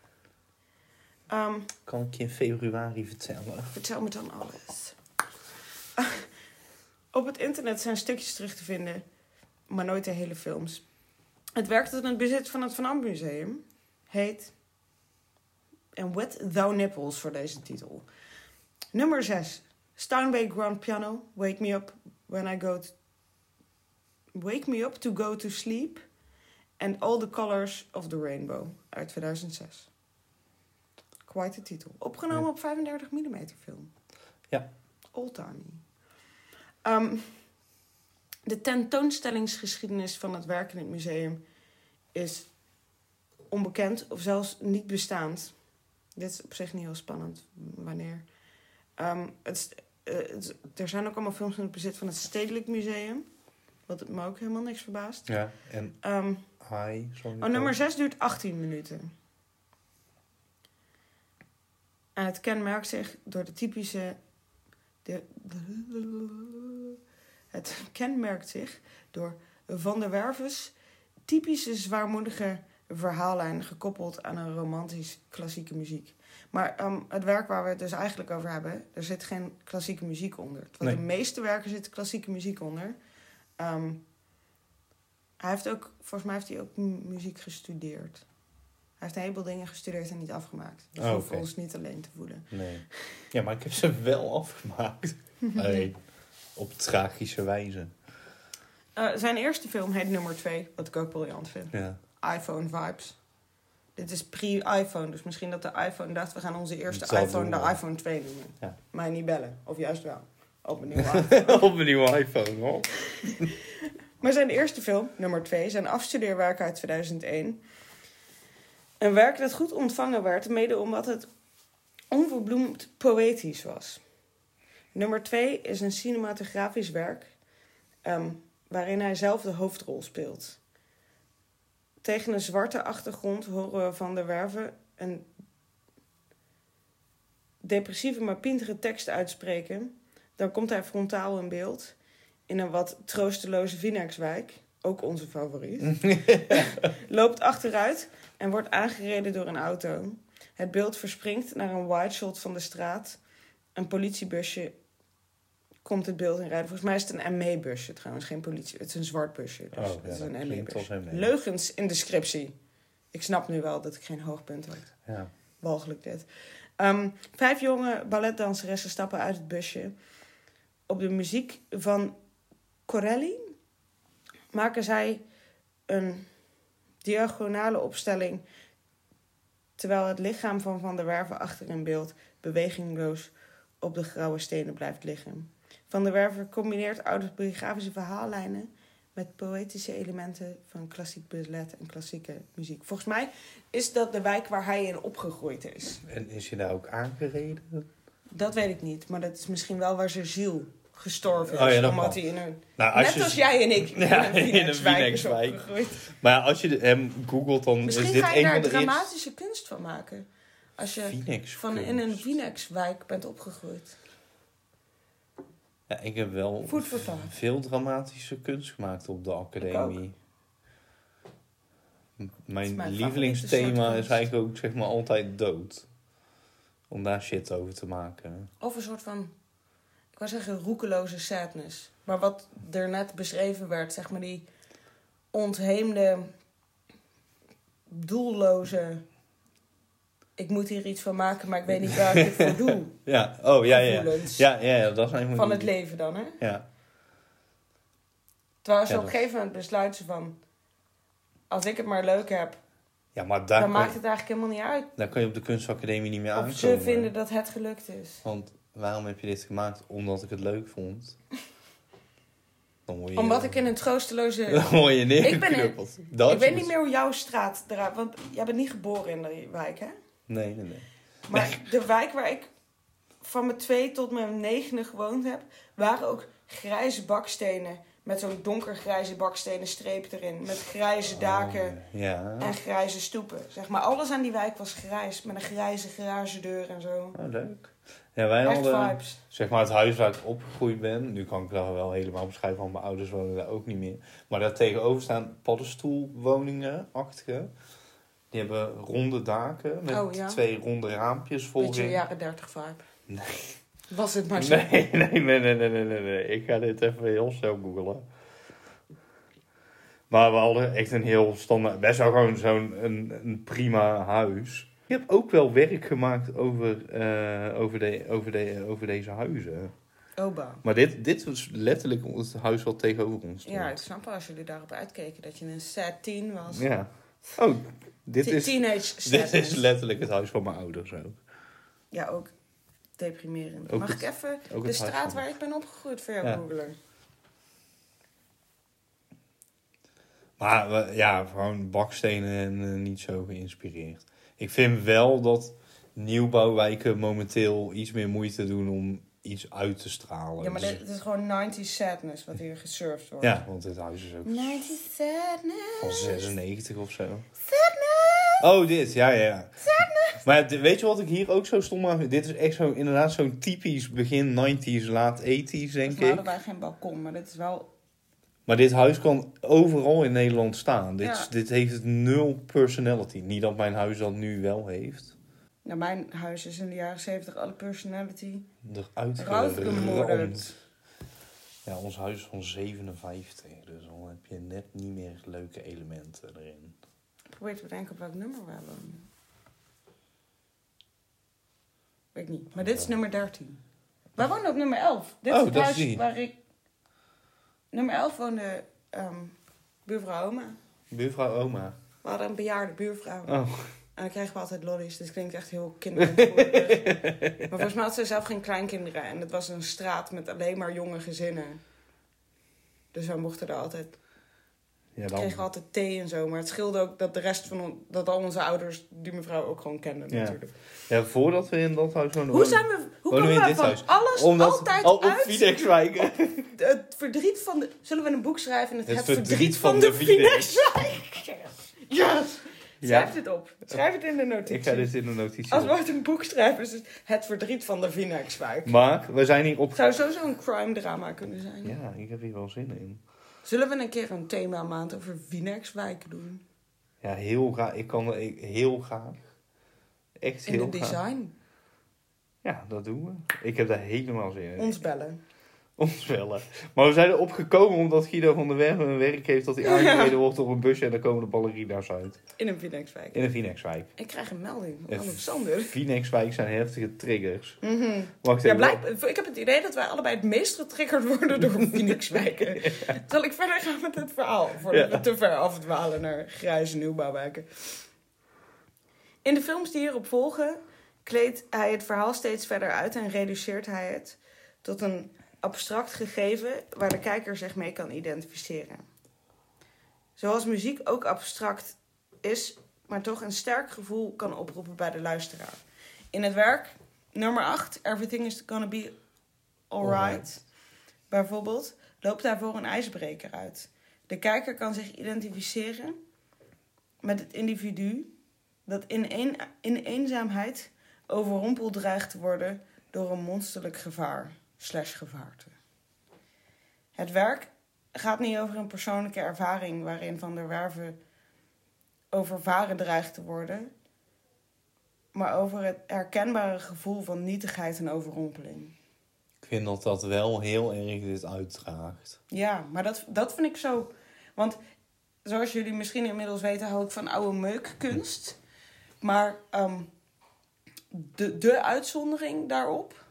Um, kan ik je in februari vertellen? Vertel me dan alles. Uh, op het internet zijn stukjes terug te vinden, maar nooit de hele films. Het werk dat in het bezit van het Van Abbe Museum heet... And Wet Thou Nipples voor deze titel. Nummer zes. Steinway Grand Piano. Wake me up when I go to... Wake me up to go to sleep. And All the Colors of the Rainbow. Uit tweeduizend zes. Quite a titel. Opgenomen ja. op vijfendertig millimeter film. Ja. Old-timey. Um, de tentoonstellingsgeschiedenis van het werk in het museum is onbekend of zelfs niet bestaand. Dit is op zich niet heel spannend. Wanneer? Um, het, uh, het, er zijn ook allemaal films in het bezit van het Stedelijk Museum. Wat me ook helemaal niks verbaast. Ja, en... Um, Hi, sorry. Oh, nummer zes duurt achttien minuten. En het kenmerkt zich door de typische... De, de, het kenmerkt zich door Van der Werves typische zwaarmoedige verhaallijn gekoppeld aan een romantisch klassieke muziek. Maar um, het werk waar we het dus eigenlijk over hebben, er zit geen klassieke muziek onder. Want nee. De meeste werken zit klassieke muziek onder. Um, hij heeft ook, volgens mij heeft hij ook muziek gestudeerd. Hij heeft een heleboel dingen gestudeerd en niet afgemaakt. Dus we oh, hoeven okay. ons niet alleen te voelen. Nee. Ja, maar ik heb ze wel afgemaakt. Alleen op tragische wijze. Uh, zijn eerste film heet nummer twee, wat ik ook briljant vind. Ja. iPhone Vibes. Dit is pre-iPhone, dus misschien dat de iPhone dacht... we gaan onze eerste iPhone de iPhone twee noemen. Ja. Mij niet bellen, of juist wel. Op een nieuwe iPhone. Op een nieuwe iPhone, hoor. Maar zijn eerste film, nummer twee, zijn afstudeerwerk uit tweeduizend één... een werk dat goed ontvangen werd, mede omdat het onverbloemd poëtisch was. Nummer twee is een cinematografisch werk... Um, waarin hij zelf de hoofdrol speelt. Tegen een zwarte achtergrond horen we Van der Werven een depressieve maar pintere tekst uitspreken. Dan komt hij frontaal in beeld in een wat troosteloze Vinex-wijk, ook onze favoriet. Loopt achteruit en wordt aangereden door een auto. Het beeld verspringt naar een wide shot van de straat. Een politiebusje komt het beeld in rijden. Volgens mij is het een M E-busje trouwens, geen politie. Het is een zwart busje. Dus oh, het is ja, een M E-busje. M E. Leugens in de scriptie. Ik snap nu wel dat ik geen hoogpunt had. Ja. Walgelijk dit. Um, vijf jonge balletdanseressen stappen uit het busje. Op de muziek van Corelli maken zij een diagonale opstelling, terwijl het lichaam van Van der Werven achter in beeld bewegingloos op de grauwe stenen blijft liggen. Van der Werven combineert autobiografische verhaallijnen met poëtische elementen van klassiek ballet en klassieke muziek. Volgens mij is dat de wijk waar hij in opgegroeid is. En is je daar ook aangereden? Dat weet ik niet, maar dat is misschien wel waar zijn ziel gestorven is. Oh ja, omdat hij in een... Nou, als net je... als jij en ik ja, in een Vinex-wijk is opgegroeid. Maar ja, als je hem googelt, dan misschien is dit ga je een daar van de dramatische eerst... kunst van maken. Als je Vinex van in een Vinex-wijk bent opgegroeid. Ja, ik heb wel veel dramatische kunst gemaakt op de academie. Mijn, mijn lievelingsthema is eigenlijk ook zeg maar altijd dood. Om daar shit over te maken. Of een soort van, ik wou zeggen roekeloze sadness. Maar wat er net beschreven werd, zeg maar die ontheemde, doelloze... Ik moet hier iets van maken, maar ik weet niet waar ik het voor doe. Ja, oh ja, ja. Ja, ja, ja, dat is eigenlijk van het leven dan, hè? Ja. Terwijl ze ja, op een dat... gegeven moment besluiten van, als ik het maar leuk heb, ja, maar daar dan maakt je... het eigenlijk helemaal niet uit. Daar kan je op de kunstacademie niet meer of aankomen. Ze vinden dat het gelukt is. Want waarom heb je dit gemaakt? Omdat ik het leuk vond. Dan word je... Omdat ik in een troosteloze... Dan word je neergeknuppeld. Ik, in... ik weet niet meer hoe jouw straat eruit... Want jij bent niet geboren in die wijk, hè? Nee, nee, nee. Maar nee. de wijk waar ik van mijn twee tot mijn negende gewoond heb, waren ook grijze bakstenen. Met zo'n donkergrijze bakstenen streep erin. Met grijze daken oh, ja. en grijze stoepen. Zeg maar, alles aan die wijk was grijs. Met een grijze garagedeur en zo. Oh, leuk. Ja, wij echt hadden, vibes. Zeg maar, het huis waar ik opgegroeid ben. Nu kan ik dat wel helemaal beschrijven, want mijn ouders wonen daar ook niet meer. Maar daar tegenover staan paddenstoelwoningen, achtige. Die hebben ronde daken met oh, ja. twee ronde raampjes vol. Beetje jaren dertig vibe. Nee. Was het maar zo. Nee, nee, nee, nee, nee, nee, nee, nee. Ik ga dit even heel snel googlen. Maar we hadden echt een heel standaard... Best wel gewoon zo'n een, een prima huis. Ik heb ook wel werk gemaakt over, uh, over, de, over, de, over deze huizen. Oba. Maar dit, dit was letterlijk het huis wat tegenover ons stond. Ja, ik snap wel als jullie daarop uitkeken dat je een sad teen was. Ja. Oh, dit is, teenage dit is letterlijk het huis van mijn ouders ook. Ja, ook deprimerend. Ook Mag het, ik even de straat waar ik ben opgegroeid voor jou googelen? Ja. Maar ja, gewoon bakstenen en uh, niet zo geïnspireerd. Ik vind wel dat nieuwbouwwijken momenteel iets meer moeite doen om iets uit te stralen. Ja, maar dus... dit is gewoon nineties sadness wat hier gesurfd wordt. Ja, want dit huis is ook... nineties sadness. Van zesennegentig of zo. Sadness! Oh, dit. Ja, ja, ja. Sadness! Maar weet je wat ik hier ook zo stom aan vind? Dit is echt zo, inderdaad zo'n typisch begin nineties, laat eighties, denk ik. We hadden wij geen balkon, maar dit is wel... Maar dit huis kan overal in Nederland staan. Dit, ja. dit heeft nul personality. Niet dat mijn huis dat nu wel heeft. Nou, mijn huis is in de jaren zeventig alle personality eruit gemoorderd. Ja, ons huis is van zevenenvijftig. Dus dan heb je net niet meer leuke elementen erin. Ik probeer te bedenken op welk nummer wij wonen. Weet ik niet. Maar dit is nummer dertien. Wij wonen op nummer elf. Dit oh, is het dat huis is die. waar ik... Nummer elf woonde um, buurvrouw Oma. Buurvrouw Oma. We hadden een bejaarde buurvrouw. Oh. En dan kregen we altijd lollies. Dit klinkt echt heel kinderachtig. Maar volgens mij had ze zelf geen kleinkinderen. En het was een straat met alleen maar jonge gezinnen. Dus wij mochten er altijd... Ja, dan... kregen we altijd thee en zo. Maar het scheelde ook dat de rest van... On... dat al onze ouders die mevrouw ook gewoon kenden ja. natuurlijk. Ja, voordat we in dat huis woonden... Hoe zijn we... Hoe komen we, we van huis? Alles Omdat altijd al op uit... Vinex-wijken. Het verdriet van de... Zullen we een boek schrijven? Het, het, het verdriet, verdriet van, van de, de Vinex-wijk. Yes! Schrijf Ja? dit op. Schrijf het in de notitie. Ik ga dit in de notitie Als op. we ooit een boek schrijven, is het Het verdriet van de Vinex-wijk. Maar we zijn hier op... Het zou sowieso een crime drama kunnen zijn. Ja, ik heb hier wel zin in. Zullen we een keer een themamaand over Vinex-wijken doen? Ja, heel graag. Ik kan ik, heel graag. Echt In heel het graag. design. Ja, dat doen we. Ik heb daar helemaal zin in. Ons bellen. Ons bellen. Maar we zijn erop gekomen omdat Guido van der Werven een werk heeft dat hij aangereden Ja. wordt op een busje en dan komen de ballerina's uit. In een Vinex-wijk. In een Vinexwijk. Ik krijg een melding Een van Sander. Vinexwijk zijn heftige triggers. Mm-hmm. Wacht Ja, even. blijkbaar. Ik heb het idee dat wij allebei het meest getriggerd worden door Vinex-wijken. ja. Zal ik verder gaan met het verhaal? Voordat Ja. we te ver afdwalen naar grijze nieuwbouwwijken. In de films die hierop volgen, kleedt hij het verhaal steeds verder uit en reduceert hij het tot een abstract gegeven waar de kijker zich mee kan identificeren. Zoals muziek ook abstract is, maar toch een sterk gevoel kan oproepen bij de luisteraar. In het werk, nummer acht, Everything is Gonna Be Alright, Alright. bijvoorbeeld, loopt daarvoor een ijsbreker uit. De kijker kan zich identificeren met het individu dat in, een, in eenzaamheid overrompeld dreigt te worden door een monsterlijk gevaar, slash gevaarte. Het werk gaat niet over een persoonlijke ervaring waarin Van der Werven overvaren dreigt te worden, maar over het herkenbare gevoel van nietigheid en overrompeling. Ik vind dat dat wel heel erg dit uitdraagt. Ja, maar dat, dat vind ik zo... Want zoals jullie misschien inmiddels weten, hou ik van oude meukkunst. Maar um, de, de uitzondering daarop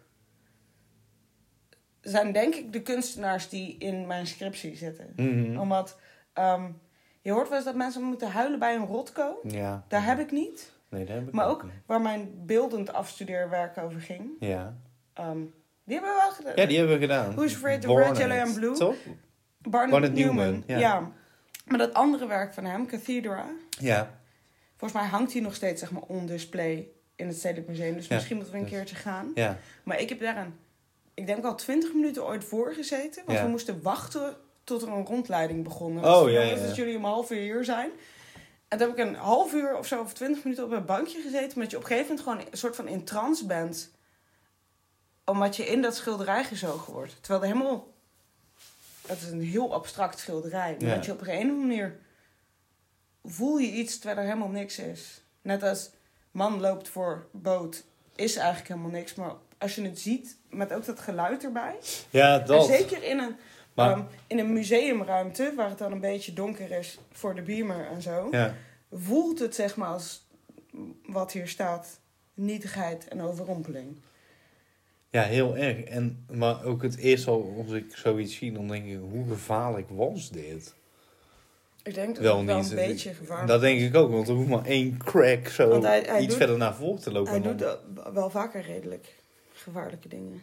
zijn denk ik de kunstenaars die in mijn scriptie zitten. Mm-hmm. Omdat um, je hoort wel eens dat mensen moeten huilen bij een rotko. Ja. Daar heb ik niet. Nee, dat heb ik Maar ook ook niet. waar mijn beeldend afstudeerwerk over ging. Ja. Um, die hebben we wel gedaan. Ja, die hebben we gedaan. Who's Afraid of Red, Barnett, Yellow and Blue? Toch? Barnett, Barnett Newman. Newman, ja. ja. Maar dat andere werk van hem, Cathedra... Ja. Volgens mij hangt hij nog steeds zeg maar, on display in het Stedelijk Museum. Dus Ja, misschien moeten we een dus- keertje gaan. Ja. Maar ik heb daar een... Ik denk al twintig minuten ooit voor gezeten. Want Ja. we moesten wachten tot er een rondleiding begon. Oh, Dus ja, ja, ja, ja. dat jullie om half uur hier zijn. En toen heb ik een half uur of zo, of twintig minuten op een bankje gezeten. Omdat je op een gegeven moment gewoon een soort van in trance bent. Omdat je in dat schilderij gezogen wordt. Terwijl er helemaal... Het is een heel abstract schilderij. Maar Ja. dat je op een of andere manier... Voel je iets terwijl er helemaal niks is. Net als man loopt voor boot. Is eigenlijk helemaal niks. Maar als je het ziet, met ook dat geluid erbij. Ja, dat. En zeker in een, Maar- um, in een museumruimte, waar het dan een beetje donker is voor de beamer en zo. Ja. Voelt het zeg maar als wat hier staat. Nietigheid en overrompeling. Ja, heel erg. En, maar ook het eerst al, als ik zoiets zie, dan denk ik, hoe gevaarlijk was dit? Ik denk dat Wel het wel niet. een beetje gevaarlijk Dat denk ik ook, want er hoeft maar één crack zo Want hij- hij iets doet- verder naar voren te lopen. Hij en doet dan- dat wel vaker redelijk gevaarlijke dingen.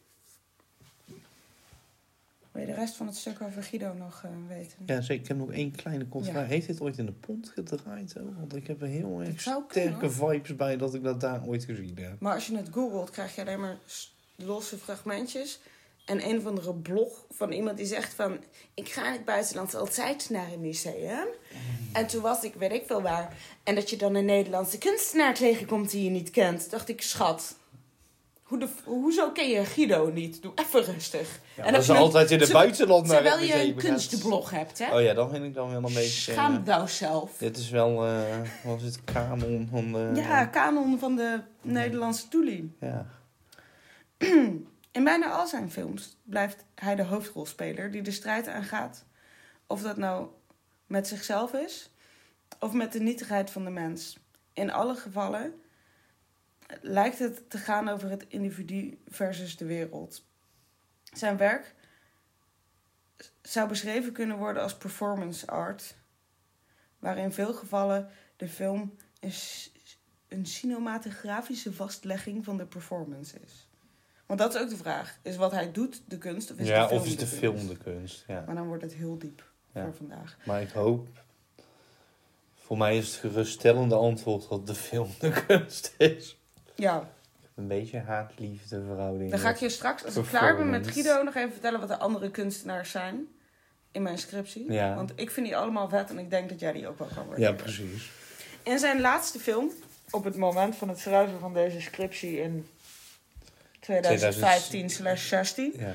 Wil je de rest van het stuk over Guido nog uh, weten? Ja, zeker. Ik heb nog één kleine contrast. Ja. Heeft dit ooit in de pont gedraaid? Ook? Want ik heb er heel erg Dat zou sterke kunnen, vibes bij dat ik dat daar ooit gezien heb. Maar als je het googelt, krijg je alleen maar s- losse fragmentjes. En een of andere blog van iemand die zegt van... Ik ga in het buitenland altijd naar een museum. En toen was ik, weet ik veel waar. En dat je dan een Nederlandse kunstenaar tegenkomt die je niet kent. Dacht ik, schat... Hoe de, hoezo ken je Guido niet? Doe even rustig. Ja, en dat is altijd in het buitenland naar het Terwijl je museum een gaat. kunstblog hebt, hè? Oh ja, dan vind ik dan wel een beetje... Schaam eh, nou zelf. dit is wel, eh wat is het, kanon van de... Ja, kanon van de Nederlandse toelie. Ja. In bijna al zijn films blijft hij de hoofdrolspeler die de strijd aangaat. Of dat nou met zichzelf is, of met de nietigheid van de mens. In alle gevallen lijkt het te gaan over het individu versus de wereld. Zijn werk zou beschreven kunnen worden als performance art, waar in veel gevallen de film een, c- een cinematografische vastlegging van de performance is. Want dat is ook de vraag. Is wat hij doet de kunst of is Ja, de film of is de kunst? film de kunst, ja. Maar dan wordt het heel diep Ja. voor vandaag. Maar ik hoop... Voor mij is het geruststellende antwoord dat de film de kunst is. Ja, Een beetje haat-liefde verhouding. dan ga ik je straks, als ik klaar ben met Performance. Guido, nog even vertellen wat de andere kunstenaars zijn. in mijn scriptie. Ja. Want ik vind die allemaal vet en ik denk dat jij die ook wel kan worden. Ja, precies. In zijn laatste film, op het moment van het schrijven van deze scriptie in twintig vijftien zestien. Ja.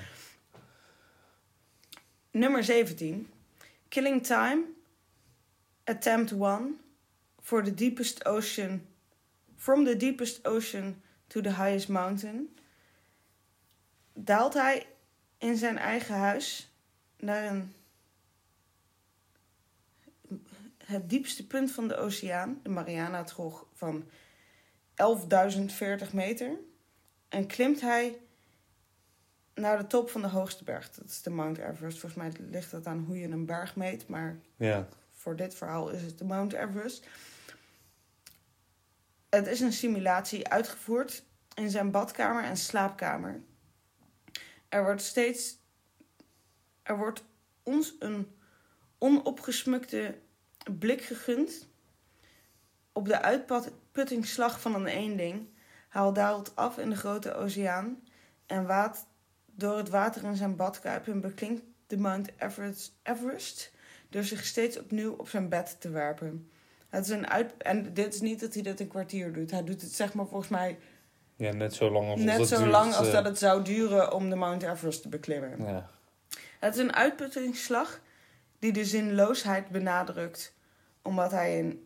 Nummer zeventien. Killing Time. Attempt one. For the deepest ocean. From the deepest ocean to the highest mountain. Daalt hij in zijn eigen huis naar een, het diepste punt van de oceaan, de Mariana-trog van elfduizend veertig meter. En klimt hij naar de top van de hoogste berg. Dat is de Mount Everest. Volgens mij ligt dat aan hoe je een berg meet. Maar ja. voor dit verhaal is het de Mount Everest. Het is een simulatie uitgevoerd in zijn badkamer en slaapkamer. Er wordt steeds... Er wordt ons een onopgesmukte blik gegund op de uitputtingsslag van een eenling. Hij daalt af in de grote oceaan en waadt door het water in zijn badkuip en beklimt de Mount Everest, Everest door zich steeds opnieuw op zijn bed te werpen. Het is een uit... En dit is niet dat hij dat een kwartier doet. Hij doet het zeg maar volgens mij... Ja, net zo lang als net het zo duurt, lang als uh... dat het zou duren om de Mount Everest te beklimmen. Ja. Het is een uitputtingsslag die de zinloosheid benadrukt, omdat hij een,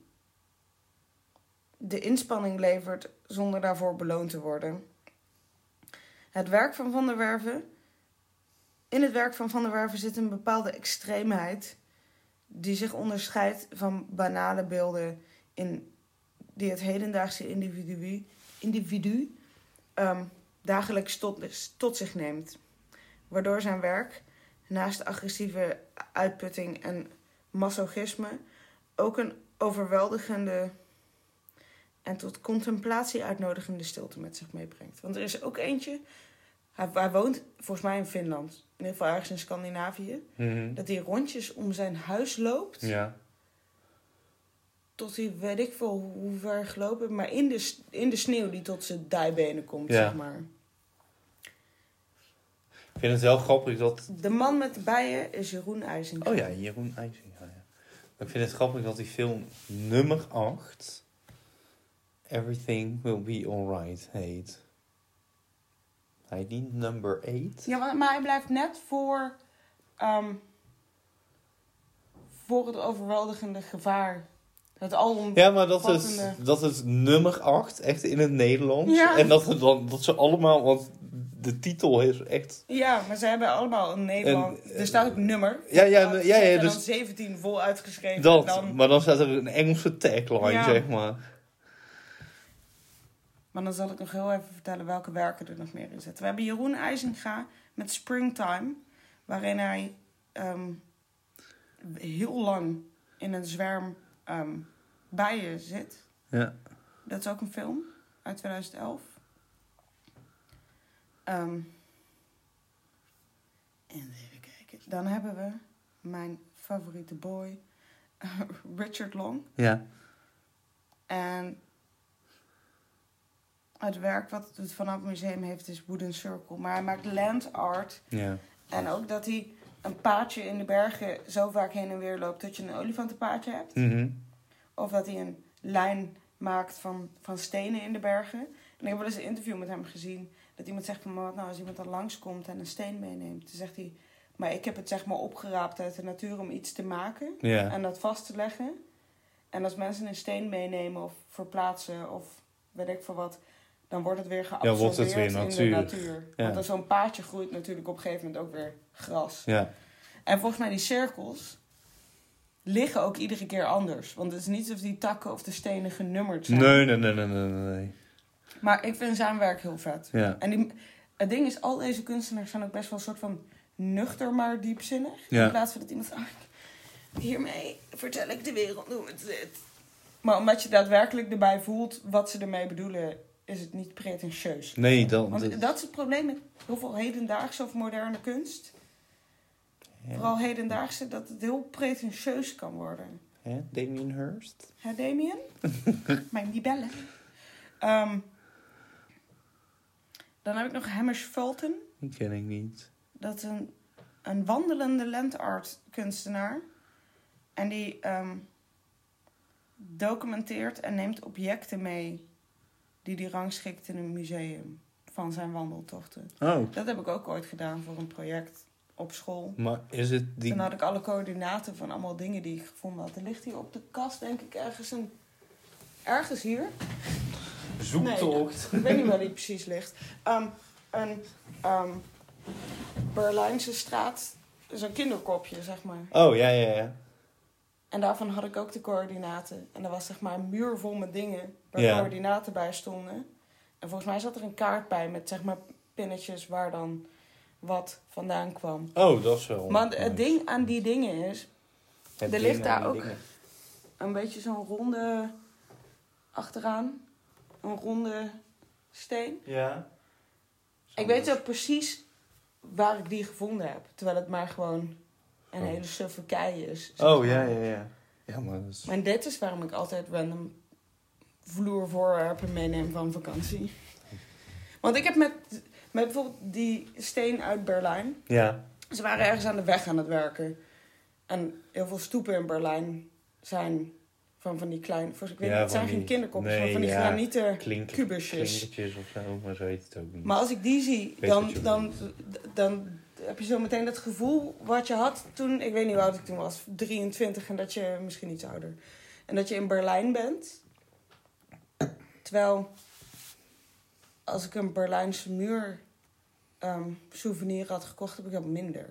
de inspanning levert zonder daarvoor beloond te worden. Het werk van Van der Werven... In het werk van Van der Werven zit een bepaalde extreemheid die zich onderscheidt van banale beelden in die het hedendaagse individu, individu um, dagelijks tot, tot zich neemt. Waardoor zijn werk, naast agressieve uitputting en masochisme, ook een overweldigende en tot contemplatie uitnodigende stilte met zich meebrengt. Want er is ook eentje, hij, hij woont volgens mij in Finland, in ieder geval ergens in Scandinavië, Mm-hmm. dat hij rondjes om zijn huis loopt. Ja. Tot hij, weet ik veel hoe ver gelopen heeft, maar in de, in de sneeuw die tot zijn dijbenen komt, Ja. zeg maar. Ik vind het wel grappig dat... De man met de bijen is Jeroen IJzinga. Oh ja, Jeroen IJzinga. Ja. Ik vind het grappig dat die film nummer acht... Everything Will Be Alright heet. Hij dient number eight. Ja, maar, maar hij blijft net voor... Um, voor het overweldigende gevaar. Het alom. Ja, maar dat het, dat het nummer acht, echt in het Nederlands. Ja. En dat, het dan, dat ze allemaal... Want de titel is echt... Ja, maar ze hebben allemaal een Nederland... En, er staat ook nummer. Ja, ja, ja, ja, ja en dus dan zeventien vol uitgeschreven. dat, dan, maar dan staat er een Engelse tagline, Ja. zeg maar. Maar dan zal ik nog heel even vertellen welke werken er nog meer in zitten. We hebben Jeroen IJzinga met Springtime. Waarin hij um, heel lang in een zwerm um, bijen zit. Ja. Dat is ook een film uit twintig elf. Um, en even kijken. Dan hebben we mijn favoriete boy, uh, Richard Long. Ja. En het werk wat het Van Amp Museum heeft is Wooden Circle. Maar hij maakt land art. Ja. En ook dat hij een paadje in de bergen zo vaak heen en weer loopt dat je een olifantenpaadje hebt. Mm-hmm. Of dat hij een lijn maakt van, van stenen in de bergen. En ik heb wel eens een interview met hem gezien. Dat iemand zegt van, maar wat nou als iemand dan langskomt en een steen meeneemt. Dan zegt hij, maar ik heb het zeg maar opgeraapt uit de natuur om iets te maken. Ja. En dat vast te leggen. En als mensen een steen meenemen of verplaatsen of weet ik veel wat, dan wordt het weer geabsorbeerd Ja, wordt het weer natuur. in de natuur. Ja. Want zo'n paadje groeit natuurlijk op een gegeven moment ook weer gras. Ja. En volgens mij die cirkels liggen ook iedere keer anders. Want het is niet of die takken of de stenen genummerd zijn. Nee, nee, nee, nee, nee, nee. Maar ik vind zijn werk heel vet. Ja. En die, het ding is, al deze kunstenaars zijn ook best wel een soort van nuchter, maar diepzinnig. Ja. In plaats van dat iemand zegt, ah, hiermee vertel ik de wereld hoe het zit. Maar omdat je daadwerkelijk erbij voelt wat ze ermee bedoelen, is het niet pretentieus. Nee, dan... Want dat... dat is het probleem met heel veel hedendaagse of moderne kunst. Ja. Vooral hedendaagse, dat het heel pretentieus kan worden. Ja, Damien Hirst. Hè, Damien? Mijn die bellen. Um, dan heb ik nog Hamish Fulton. Die ken ik niet. Dat is een een wandelende landart kunstenaar. En die um, documenteert en neemt objecten mee die hij rangschikt in een museum van zijn wandeltochten. Oh. Dat heb ik ook ooit gedaan voor een project op school. Maar is het die... Toen had ik alle coördinaten van allemaal dingen die ik gevonden had. Er ligt hier op de kast, denk ik, ergens een... Ergens hier. Zoektocht. Nee, ik weet niet waar die precies ligt. Um, een um, Berlijnse straat. Zo'n kinderkopje, zeg maar. Oh, ja, ja, ja. En daarvan had ik ook de coördinaten. En er was zeg maar een muur vol met dingen waar ja. coördinaten bij stonden. En volgens mij zat er een kaart bij met zeg maar pinnetjes waar dan wat vandaan kwam. Oh, dat is wel... Maar het ding aan die dingen is... Het er ligt daar ook dingen. een beetje zo'n ronde... Achteraan. Een ronde steen. Ja. Zo Ik weet ook precies waar ik die gevonden heb. Terwijl het maar gewoon een oh. hele suffe kei is. Zeg Oh, maar. ja, ja, ja. Ja, maar dat is... En dit is waarom ik altijd random vloervoorwerpen meeneem van vakantie. Want ik heb met, met bijvoorbeeld die steen uit Berlijn. Ja. Ze waren ergens aan de weg aan het werken. En heel veel stoepen in Berlijn zijn van van die kleine... Ik weet ja, niet, het zijn die, geen kinderkopjes, nee, maar van die ja, granieten klink, kubusjes. Klinkertjes of zo, maar zo heet het ook niet. Maar als ik die zie, dan, dan, dan heb je zo meteen dat gevoel wat je had toen... Ik weet niet hoe oud ik toen was, drieëntwintig en dat je misschien iets ouder. En dat je in Berlijn bent. Terwijl, als ik een Berlijnse muur um, souvenir had gekocht, heb ik dat minder.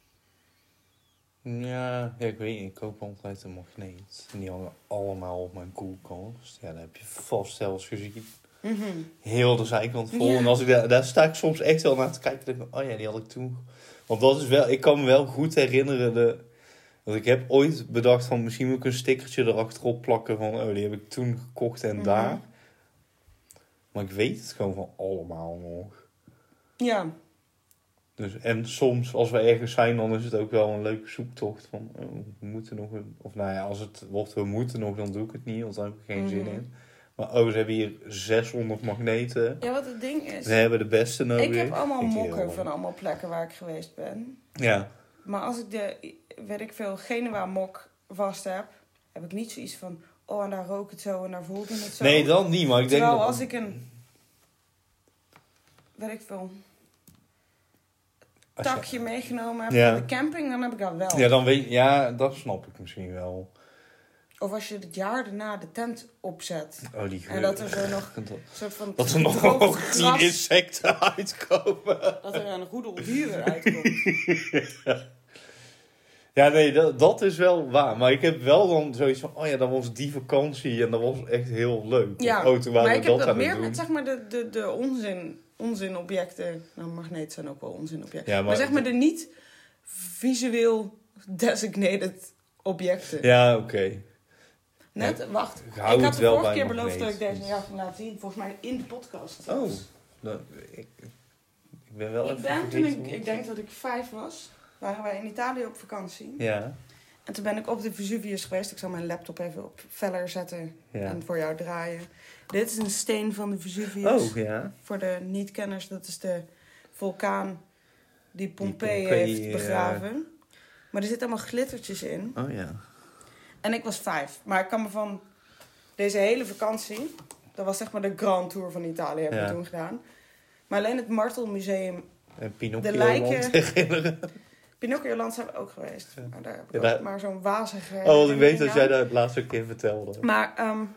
Ja, ja, ik weet niet. Ik koop altijd een magneet. En die hangen allemaal op mijn koelkast. Ja, dat heb je vast zelfs gezien. Mm-hmm. Heel de zijkant vol. Ja. En als ik daar, daar sta ik soms echt wel naar te kijken. Denk ik, oh ja, die had ik toen. Want dat is wel, ik kan me wel goed herinneren. De, want ik heb ooit bedacht van misschien moet ik een stickertje erachterop plakken. Van oh, die heb ik toen gekocht en mm-hmm. daar. Maar ik weet het gewoon van allemaal nog. Ja. Dus, en soms, als we ergens zijn, dan is het ook wel een leuke zoektocht. Van, oh, we moeten nog een... Of nou ja, als het wordt, we moeten nog, dan doe ik het niet. Want daar heb ik geen mm-hmm. zin in. Maar oh, ze hebben hier zeshonderd magneten. Ja, wat het ding is... We hebben de beste nodig. Ik heb allemaal ik mokken heel... van allemaal plekken waar ik geweest ben. Ja. Maar als ik de, weet ik veel, Genua mok vast heb... heb ik niet zoiets van... Oh, en daar rook het zo en daar voelde het zo. Nee, dan niet, maar ik denk... Terwijl dat... als ik een... Weet ik veel... takje je... meegenomen heb ja. van de camping, dan heb ik dat wel. Ja, dan weet, ja, dat snap ik misschien wel. Of als je het jaar daarna de tent opzet. Oh, die geur. En dat er zo nog een soort van... Dat er nog tien insecten uitkomen. Dat er een roedel dieren uitkomt. ja. ja, nee, dat, dat is wel waar. Maar ik heb wel dan zoiets van... Oh ja, dat was die vakantie en dat was echt heel leuk. Ja, of, oh, toen waren maar ik we heb dat dat meer doen. met zeg maar de, de, de onzin... onzinobjecten. Nou, magneten zijn ook wel onzinobjecten. Ja, maar, maar zeg maar de niet visueel designated objecten. Ja, oké. Okay. Net, ja, wacht. Ik, ik had de vorige keer magneet. beloofd dat ik deze jaar ging laten zien. Volgens mij in de podcast. Oh. Nou, ik, ik ben wel ik even ben toen ik, ik denk dat ik vijf was, waren wij in Italië op vakantie. Ja. En toen ben ik op de Vesuvius geweest. Ik zal mijn laptop even op veller zetten ja. en voor jou draaien. Dit is een steen van de Vesuvius. Oh, ja. Voor de niet-kenners, dat is de vulkaan die Pompeii, die Pompeii heeft begraven. Uh... Maar er zitten allemaal glittertjes in. Oh ja. En ik was vijf. Maar ik kan me van deze hele vakantie... Dat was zeg maar de Grand Tour van Italië, hebben ja. we toen gedaan. Maar alleen het Martelmuseum... En Pinocchio-land herinneren. Pinocchio-land zijn we ook geweest. Ja. Maar daar heb ik ja, daar... maar zo'n wazige... Oh, want ik weet dat jij dat laatste keer vertelde. Maar um,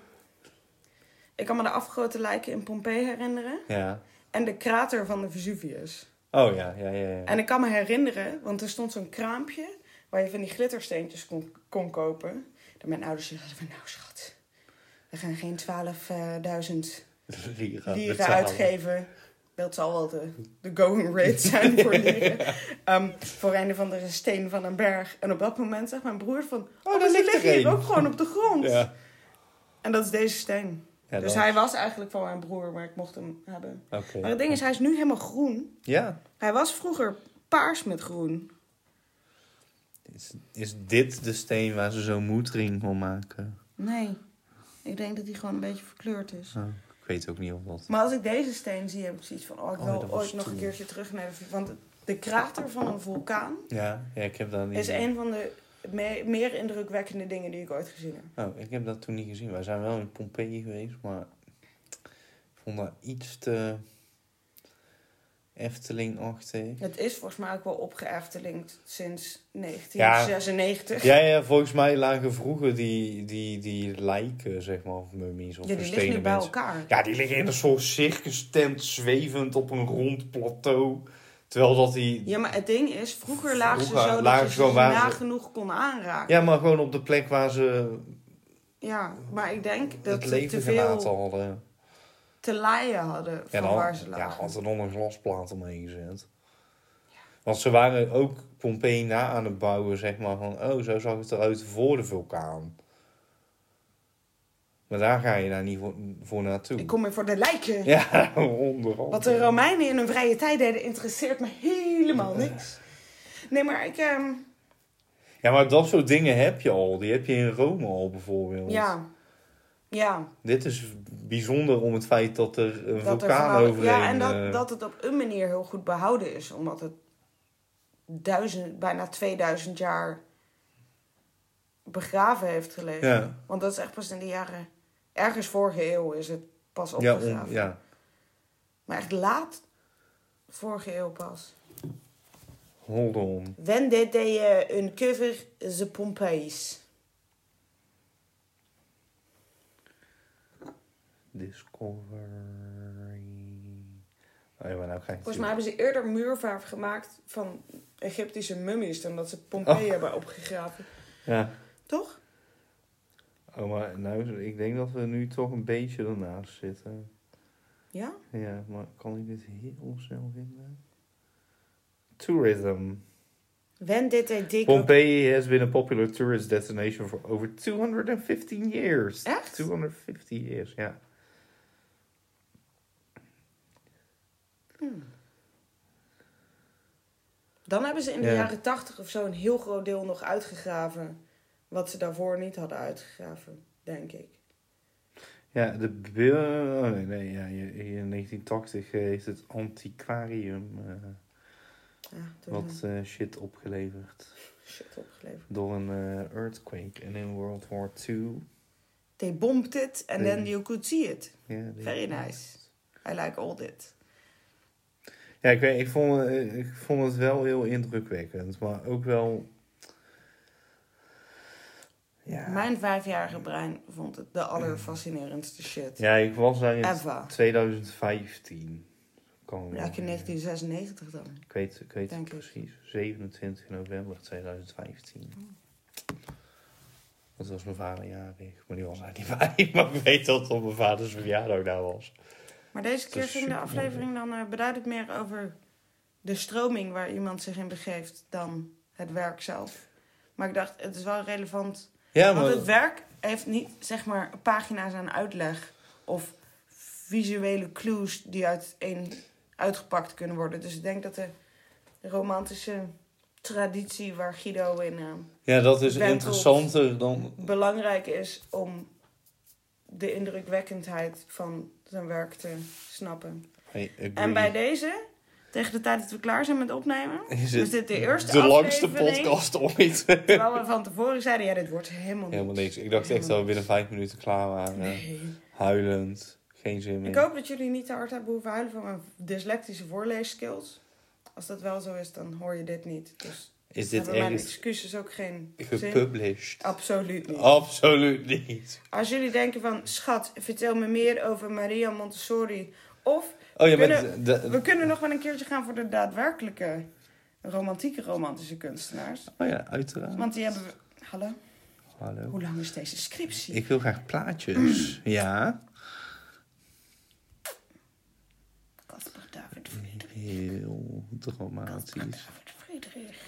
ik kan me de afgegoten lijken in Pompeii herinneren. Ja. En de krater van de Vesuvius. Oh ja, ja, ja, ja. En ik kan me herinneren, want er stond zo'n kraampje... waar je van die glittersteentjes kon, kon kopen. Dat mijn ouders zeiden van, nou schat... we gaan geen twaalfduizend lira, lira uitgeven. Dat zal wel de, de going rate zijn voor lieren. Um, voor een of andere steen van een berg. En op dat moment zegt mijn broer van... Oh, oh daar ligt er hier ook gewoon op de grond. Ja. En dat is deze steen. Ja, dus hij was eigenlijk van mijn broer, maar ik mocht hem hebben. Okay. Maar het ding is, hij is nu helemaal groen. Ja. Hij was vroeger paars met groen. Is, is dit de steen waar ze zo'n moedring van maken? Nee. Ik denk dat hij gewoon een beetje verkleurd is. Oh, ik weet ook niet of dat... Maar als ik deze steen zie, heb ik zoiets van... Oh, ik wil oh, ooit nog toen. een keertje terug naar de... Want het, De krater van een vulkaan Ja, ja ik heb dat niet is een van de me- meer indrukwekkende dingen die ik ooit gezien heb. Oh, ik heb dat toen niet gezien. Wij zijn wel in Pompeji geweest, maar ik vond dat iets te Efteling-achtig. Het is volgens mij ook wel opgeëftelingd sinds negentien zesennegentig. Ja, ja, volgens mij lagen vroeger die, die, die lijken, zeg maar, of mummies of Ja, die verstenen liggen nu bij mensen. elkaar. Ja, die liggen in een soort circus-tent zwevend op een rond plateau. Terwijl dat die... Ja, maar het ding is, vroeger lagen ze Vroeger zo lagen dat je ze gewoon ze waar ze- nagenoeg kon aanraken. Ja, maar gewoon op de plek waar ze Ja, maar ik denk dat het ze leven te gelaten veel hadden. te laaien hadden Ja, van dan, waar ze ja, lagen. had er dan een glasplaat omheen gezet. Want ze waren ook Pompeji na aan het bouwen, zeg maar, van... Oh, zo zag het eruit voor de vulkaan. Maar daar ga je daar niet voor, voor naartoe. Ik kom weer voor de lijken. Ja, onderhand. Wat de Romeinen in hun vrije tijd deden, interesseert me helemaal niks. Nee, maar ik... ehm, Ja, maar dat soort dingen heb je al. Die heb je in Rome al, bijvoorbeeld. ja. Ja. Dit is bijzonder om het feit dat er een Dat er vulkaan vooral- overheen... Ja, en dat, eh, dat het op een manier heel goed behouden is. Omdat het duizend, bijna tweeduizend jaar begraven heeft gelegen. Ja. Want dat is echt pas in de jaren... Ergens vorige eeuw is het pas ja, opgegraven. om, ja. Maar echt laat vorige eeuw pas. Hold on. Vendette uh, een cover the Pompeis. Discovery... Oh ja, maar nou ga ik... Volgens mij hebben ze eerder muurverf gemaakt van Egyptische mummies dan dat ze Pompeii Oh. hebben opgegraven. Ja. Toch? Oh, maar nou, ik denk dat we nu toch een beetje ernaast zitten. Ja? Ja, maar kan ik dit heel snel vinden? Tourism. Vendette Dico. Pompeii has been a popular tourist destination for over two hundred fifteen years. Echt? two hundred fifty years, ja. Hmm. Dan hebben ze in de Ja. jaren tachtig of zo een heel groot deel nog uitgegraven. Wat ze daarvoor niet hadden uitgegraven, denk ik. Ja, de be- oh nee, nee, ja, hier in negentien tachtig heeft het antiquarium uh, Ja, toen wat uh, shit opgeleverd. shit opgeleverd. Door een uh, earthquake. En in World War Two... They bombed it and They- then you could see it. Ja, die- Very nice. I like all dit. Ja, ik, weet, ik, vond, eh, ik vond het wel heel indrukwekkend. Maar ook wel... Ja, Mijn vijfjarige brein vond het de allerfascinerendste shit. ja ik was daar in Ever. twintig vijftien. Kan Ja, ik in negentien zesennegentig dan. Ik weet, ik weet het Denk ik. precies. zevenentwintig november twintig vijftien. Dat was mijn vader jarig. Maar die was daar niet bij. Maar ik weet dat het op mijn vaders verjaardag daar was. Maar deze keer is ging de super aflevering dan uh, beduidend meer over de stroming waar iemand zich in begeeft dan het werk zelf. Maar ik dacht, het is wel relevant. Ja, Want maar... het werk heeft niet, zeg maar, pagina's aan uitleg of visuele clues die uiteen uitgepakt kunnen worden. Dus ik denk dat de romantische traditie waar Guido in uh, Ja, dat is Wentelt. interessanter dan... belangrijk is om de indrukwekkendheid van zijn werk te snappen. Hey, agree. En bij deze, tegen de tijd dat we klaar zijn met opnemen, Is is het dit de eerste de langste aflevering, podcast ooit. terwijl we van tevoren zeiden, ja, dit wordt helemaal niks. Helemaal niks. Ik dacht echt dat we binnen vijf minuten klaar waren. Nee. Huilend. Geen zin meer. Ik hoop dat jullie niet te hard hebben hoeven huilen van mijn dyslectische voorleesskills. Als dat wel zo is, dan hoor je dit niet. Dus Is dit hebben mijn ergens excuses ook geen zin? gepublished? Absoluut niet. Absoluut niet. Als jullie denken van, schat, vertel me meer over Maria Montessori. Of Oh ja, we, maar... kunnen, de- de- we kunnen nog wel een keertje gaan voor de daadwerkelijke romantieke romantische kunstenaars. Oh ja, uiteraard. Want die hebben we... Hallo? Hallo. Hoe lang is deze scriptie? Ik wil graag plaatjes. Ja. Casper David Friedrich. Heel Casper dramatisch. David Friedrich.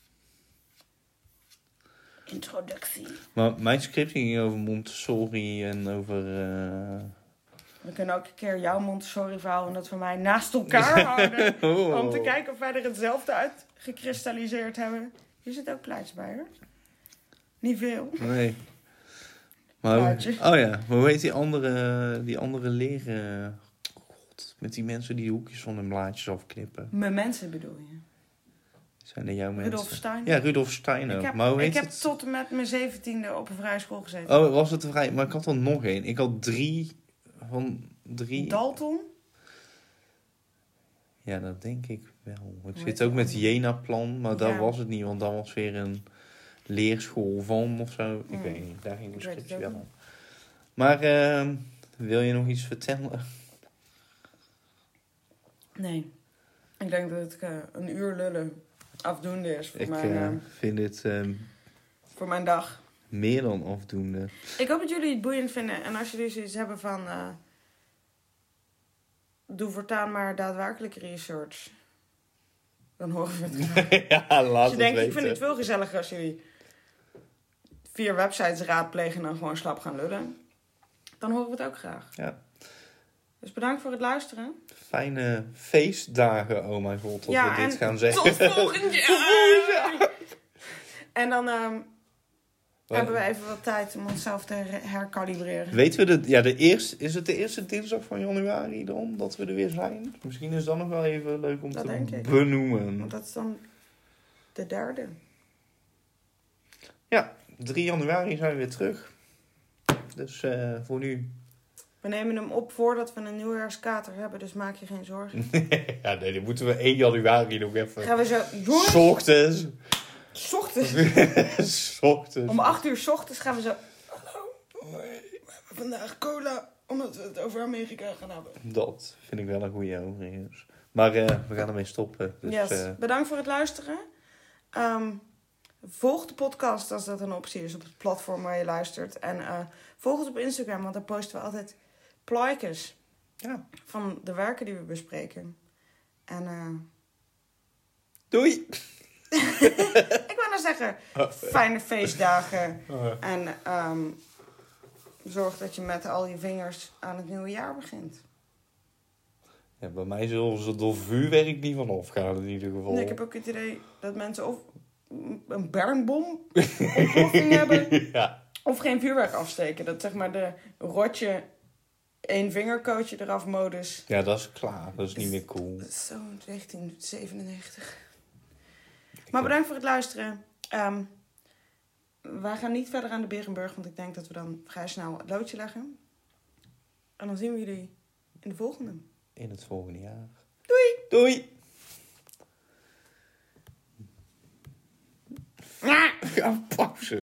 Introductie. Maar mijn script ging over Montessori en over... eh, We kunnen ook een keer jouw Montessori verhaal en dat van mij naast elkaar houden. oh. Om te kijken of wij er hetzelfde uit gekristalliseerd hebben. Hier zit ook plaatjes bij, hoor. Niet veel. Nee. Maar, Plaatje. oh ja, maar hoe heet die andere, die andere leren... God, met die mensen die de hoekjes van hun blaadjes afknippen. Mijn mensen bedoel je? Zijn er jouw mensen? Rudolf Stein. Ja, Rudolf Stein ook. Ik heb, maar hoe heet ik heb het? tot en met mijn zeventiende op een vrije school gezeten. Oh, was het een vrij... Maar ik had er nog één. Ik had drie... Van drie... Dalton? Ja, dat denk ik wel. Ik Hoe zit heet ook die met andere? Jena-plan, maar dat Ja. was het niet. Want dat was weer een leerschool van of zo. Ik Mm. weet niet, daar ging de Ik weet het scriptie ook wel niet. om. Maar uh, wil je nog iets vertellen? Nee. Ik denk dat het uh, een uur lullen afdoende is voor, Ik mijn, uh, uh, vind het uh, voor mijn dag. meer dan afdoende. Ik hoop dat jullie het boeiend vinden. En als jullie zoiets hebben van... Uh, doe voortaan maar daadwerkelijk research. Dan horen we het graag. Ja, laat Als je het denkt, weten. ik vind het veel gezelliger als jullie vier websites raadplegen en dan gewoon slap gaan lullen. Dan horen we het ook graag. Ja. Dus bedankt voor het luisteren. Fijne feestdagen, oh mijn god, dat Ja, we dit en gaan zeggen. tot volgend jaar! En dan um, hebben we even wat tijd om onszelf te her- herkalibreren. Weten we de, ja, de eerste, is het de eerste dinsdag van januari dan dat we er weer zijn? Misschien is dat nog wel even leuk om Dat te denk ik. benoemen. Want dat is dan de derde. Ja, drie januari zijn we weer terug. Dus uh, voor nu. We nemen hem op voordat we een nieuwjaarskater hebben, dus maak je geen zorgen. Ja, nee, dan moeten we één januari nog even. Gaan we zo... Jongens, 's ochtends. 's ochtends. 's ochtends. Om acht uur 's ochtends gaan we zo... Hallo, we hebben vandaag cola, omdat we het over Amerika gaan hebben. Dat vind ik wel een goede overigens. Maar uh, we gaan ermee stoppen. Dus, yes. uh, Bedankt voor het luisteren. Um, volg de podcast als dat een optie is op het platform waar je luistert. En uh, volg ons op Instagram, want daar posten we altijd plaatjes ja. van de werken die we bespreken. En uh... doei! ik wou nou zeggen, fijne feestdagen. En um, zorg dat je met al je vingers aan het nieuwe jaar begint. Ja, bij mij zullen ze door vuurwerk niet van afgaan in ieder geval. Nee, ik heb ook het idee dat mensen of een bermbom ontploffing hebben, ja. of geen vuurwerk afsteken. Dat zeg maar de rotje één vingerkootje eraf modus. Ja, dat is klaar. Dat is niet meer cool. Dat is zo negentien zevenennegentig. Maar bedankt voor het luisteren. Um, wij gaan niet verder aan de Berenburg, want ik denk dat we dan vrij snel het loodje leggen. En dan zien we jullie in de volgende. In het volgende jaar. Doei! Doei! Ja. Ga pauze.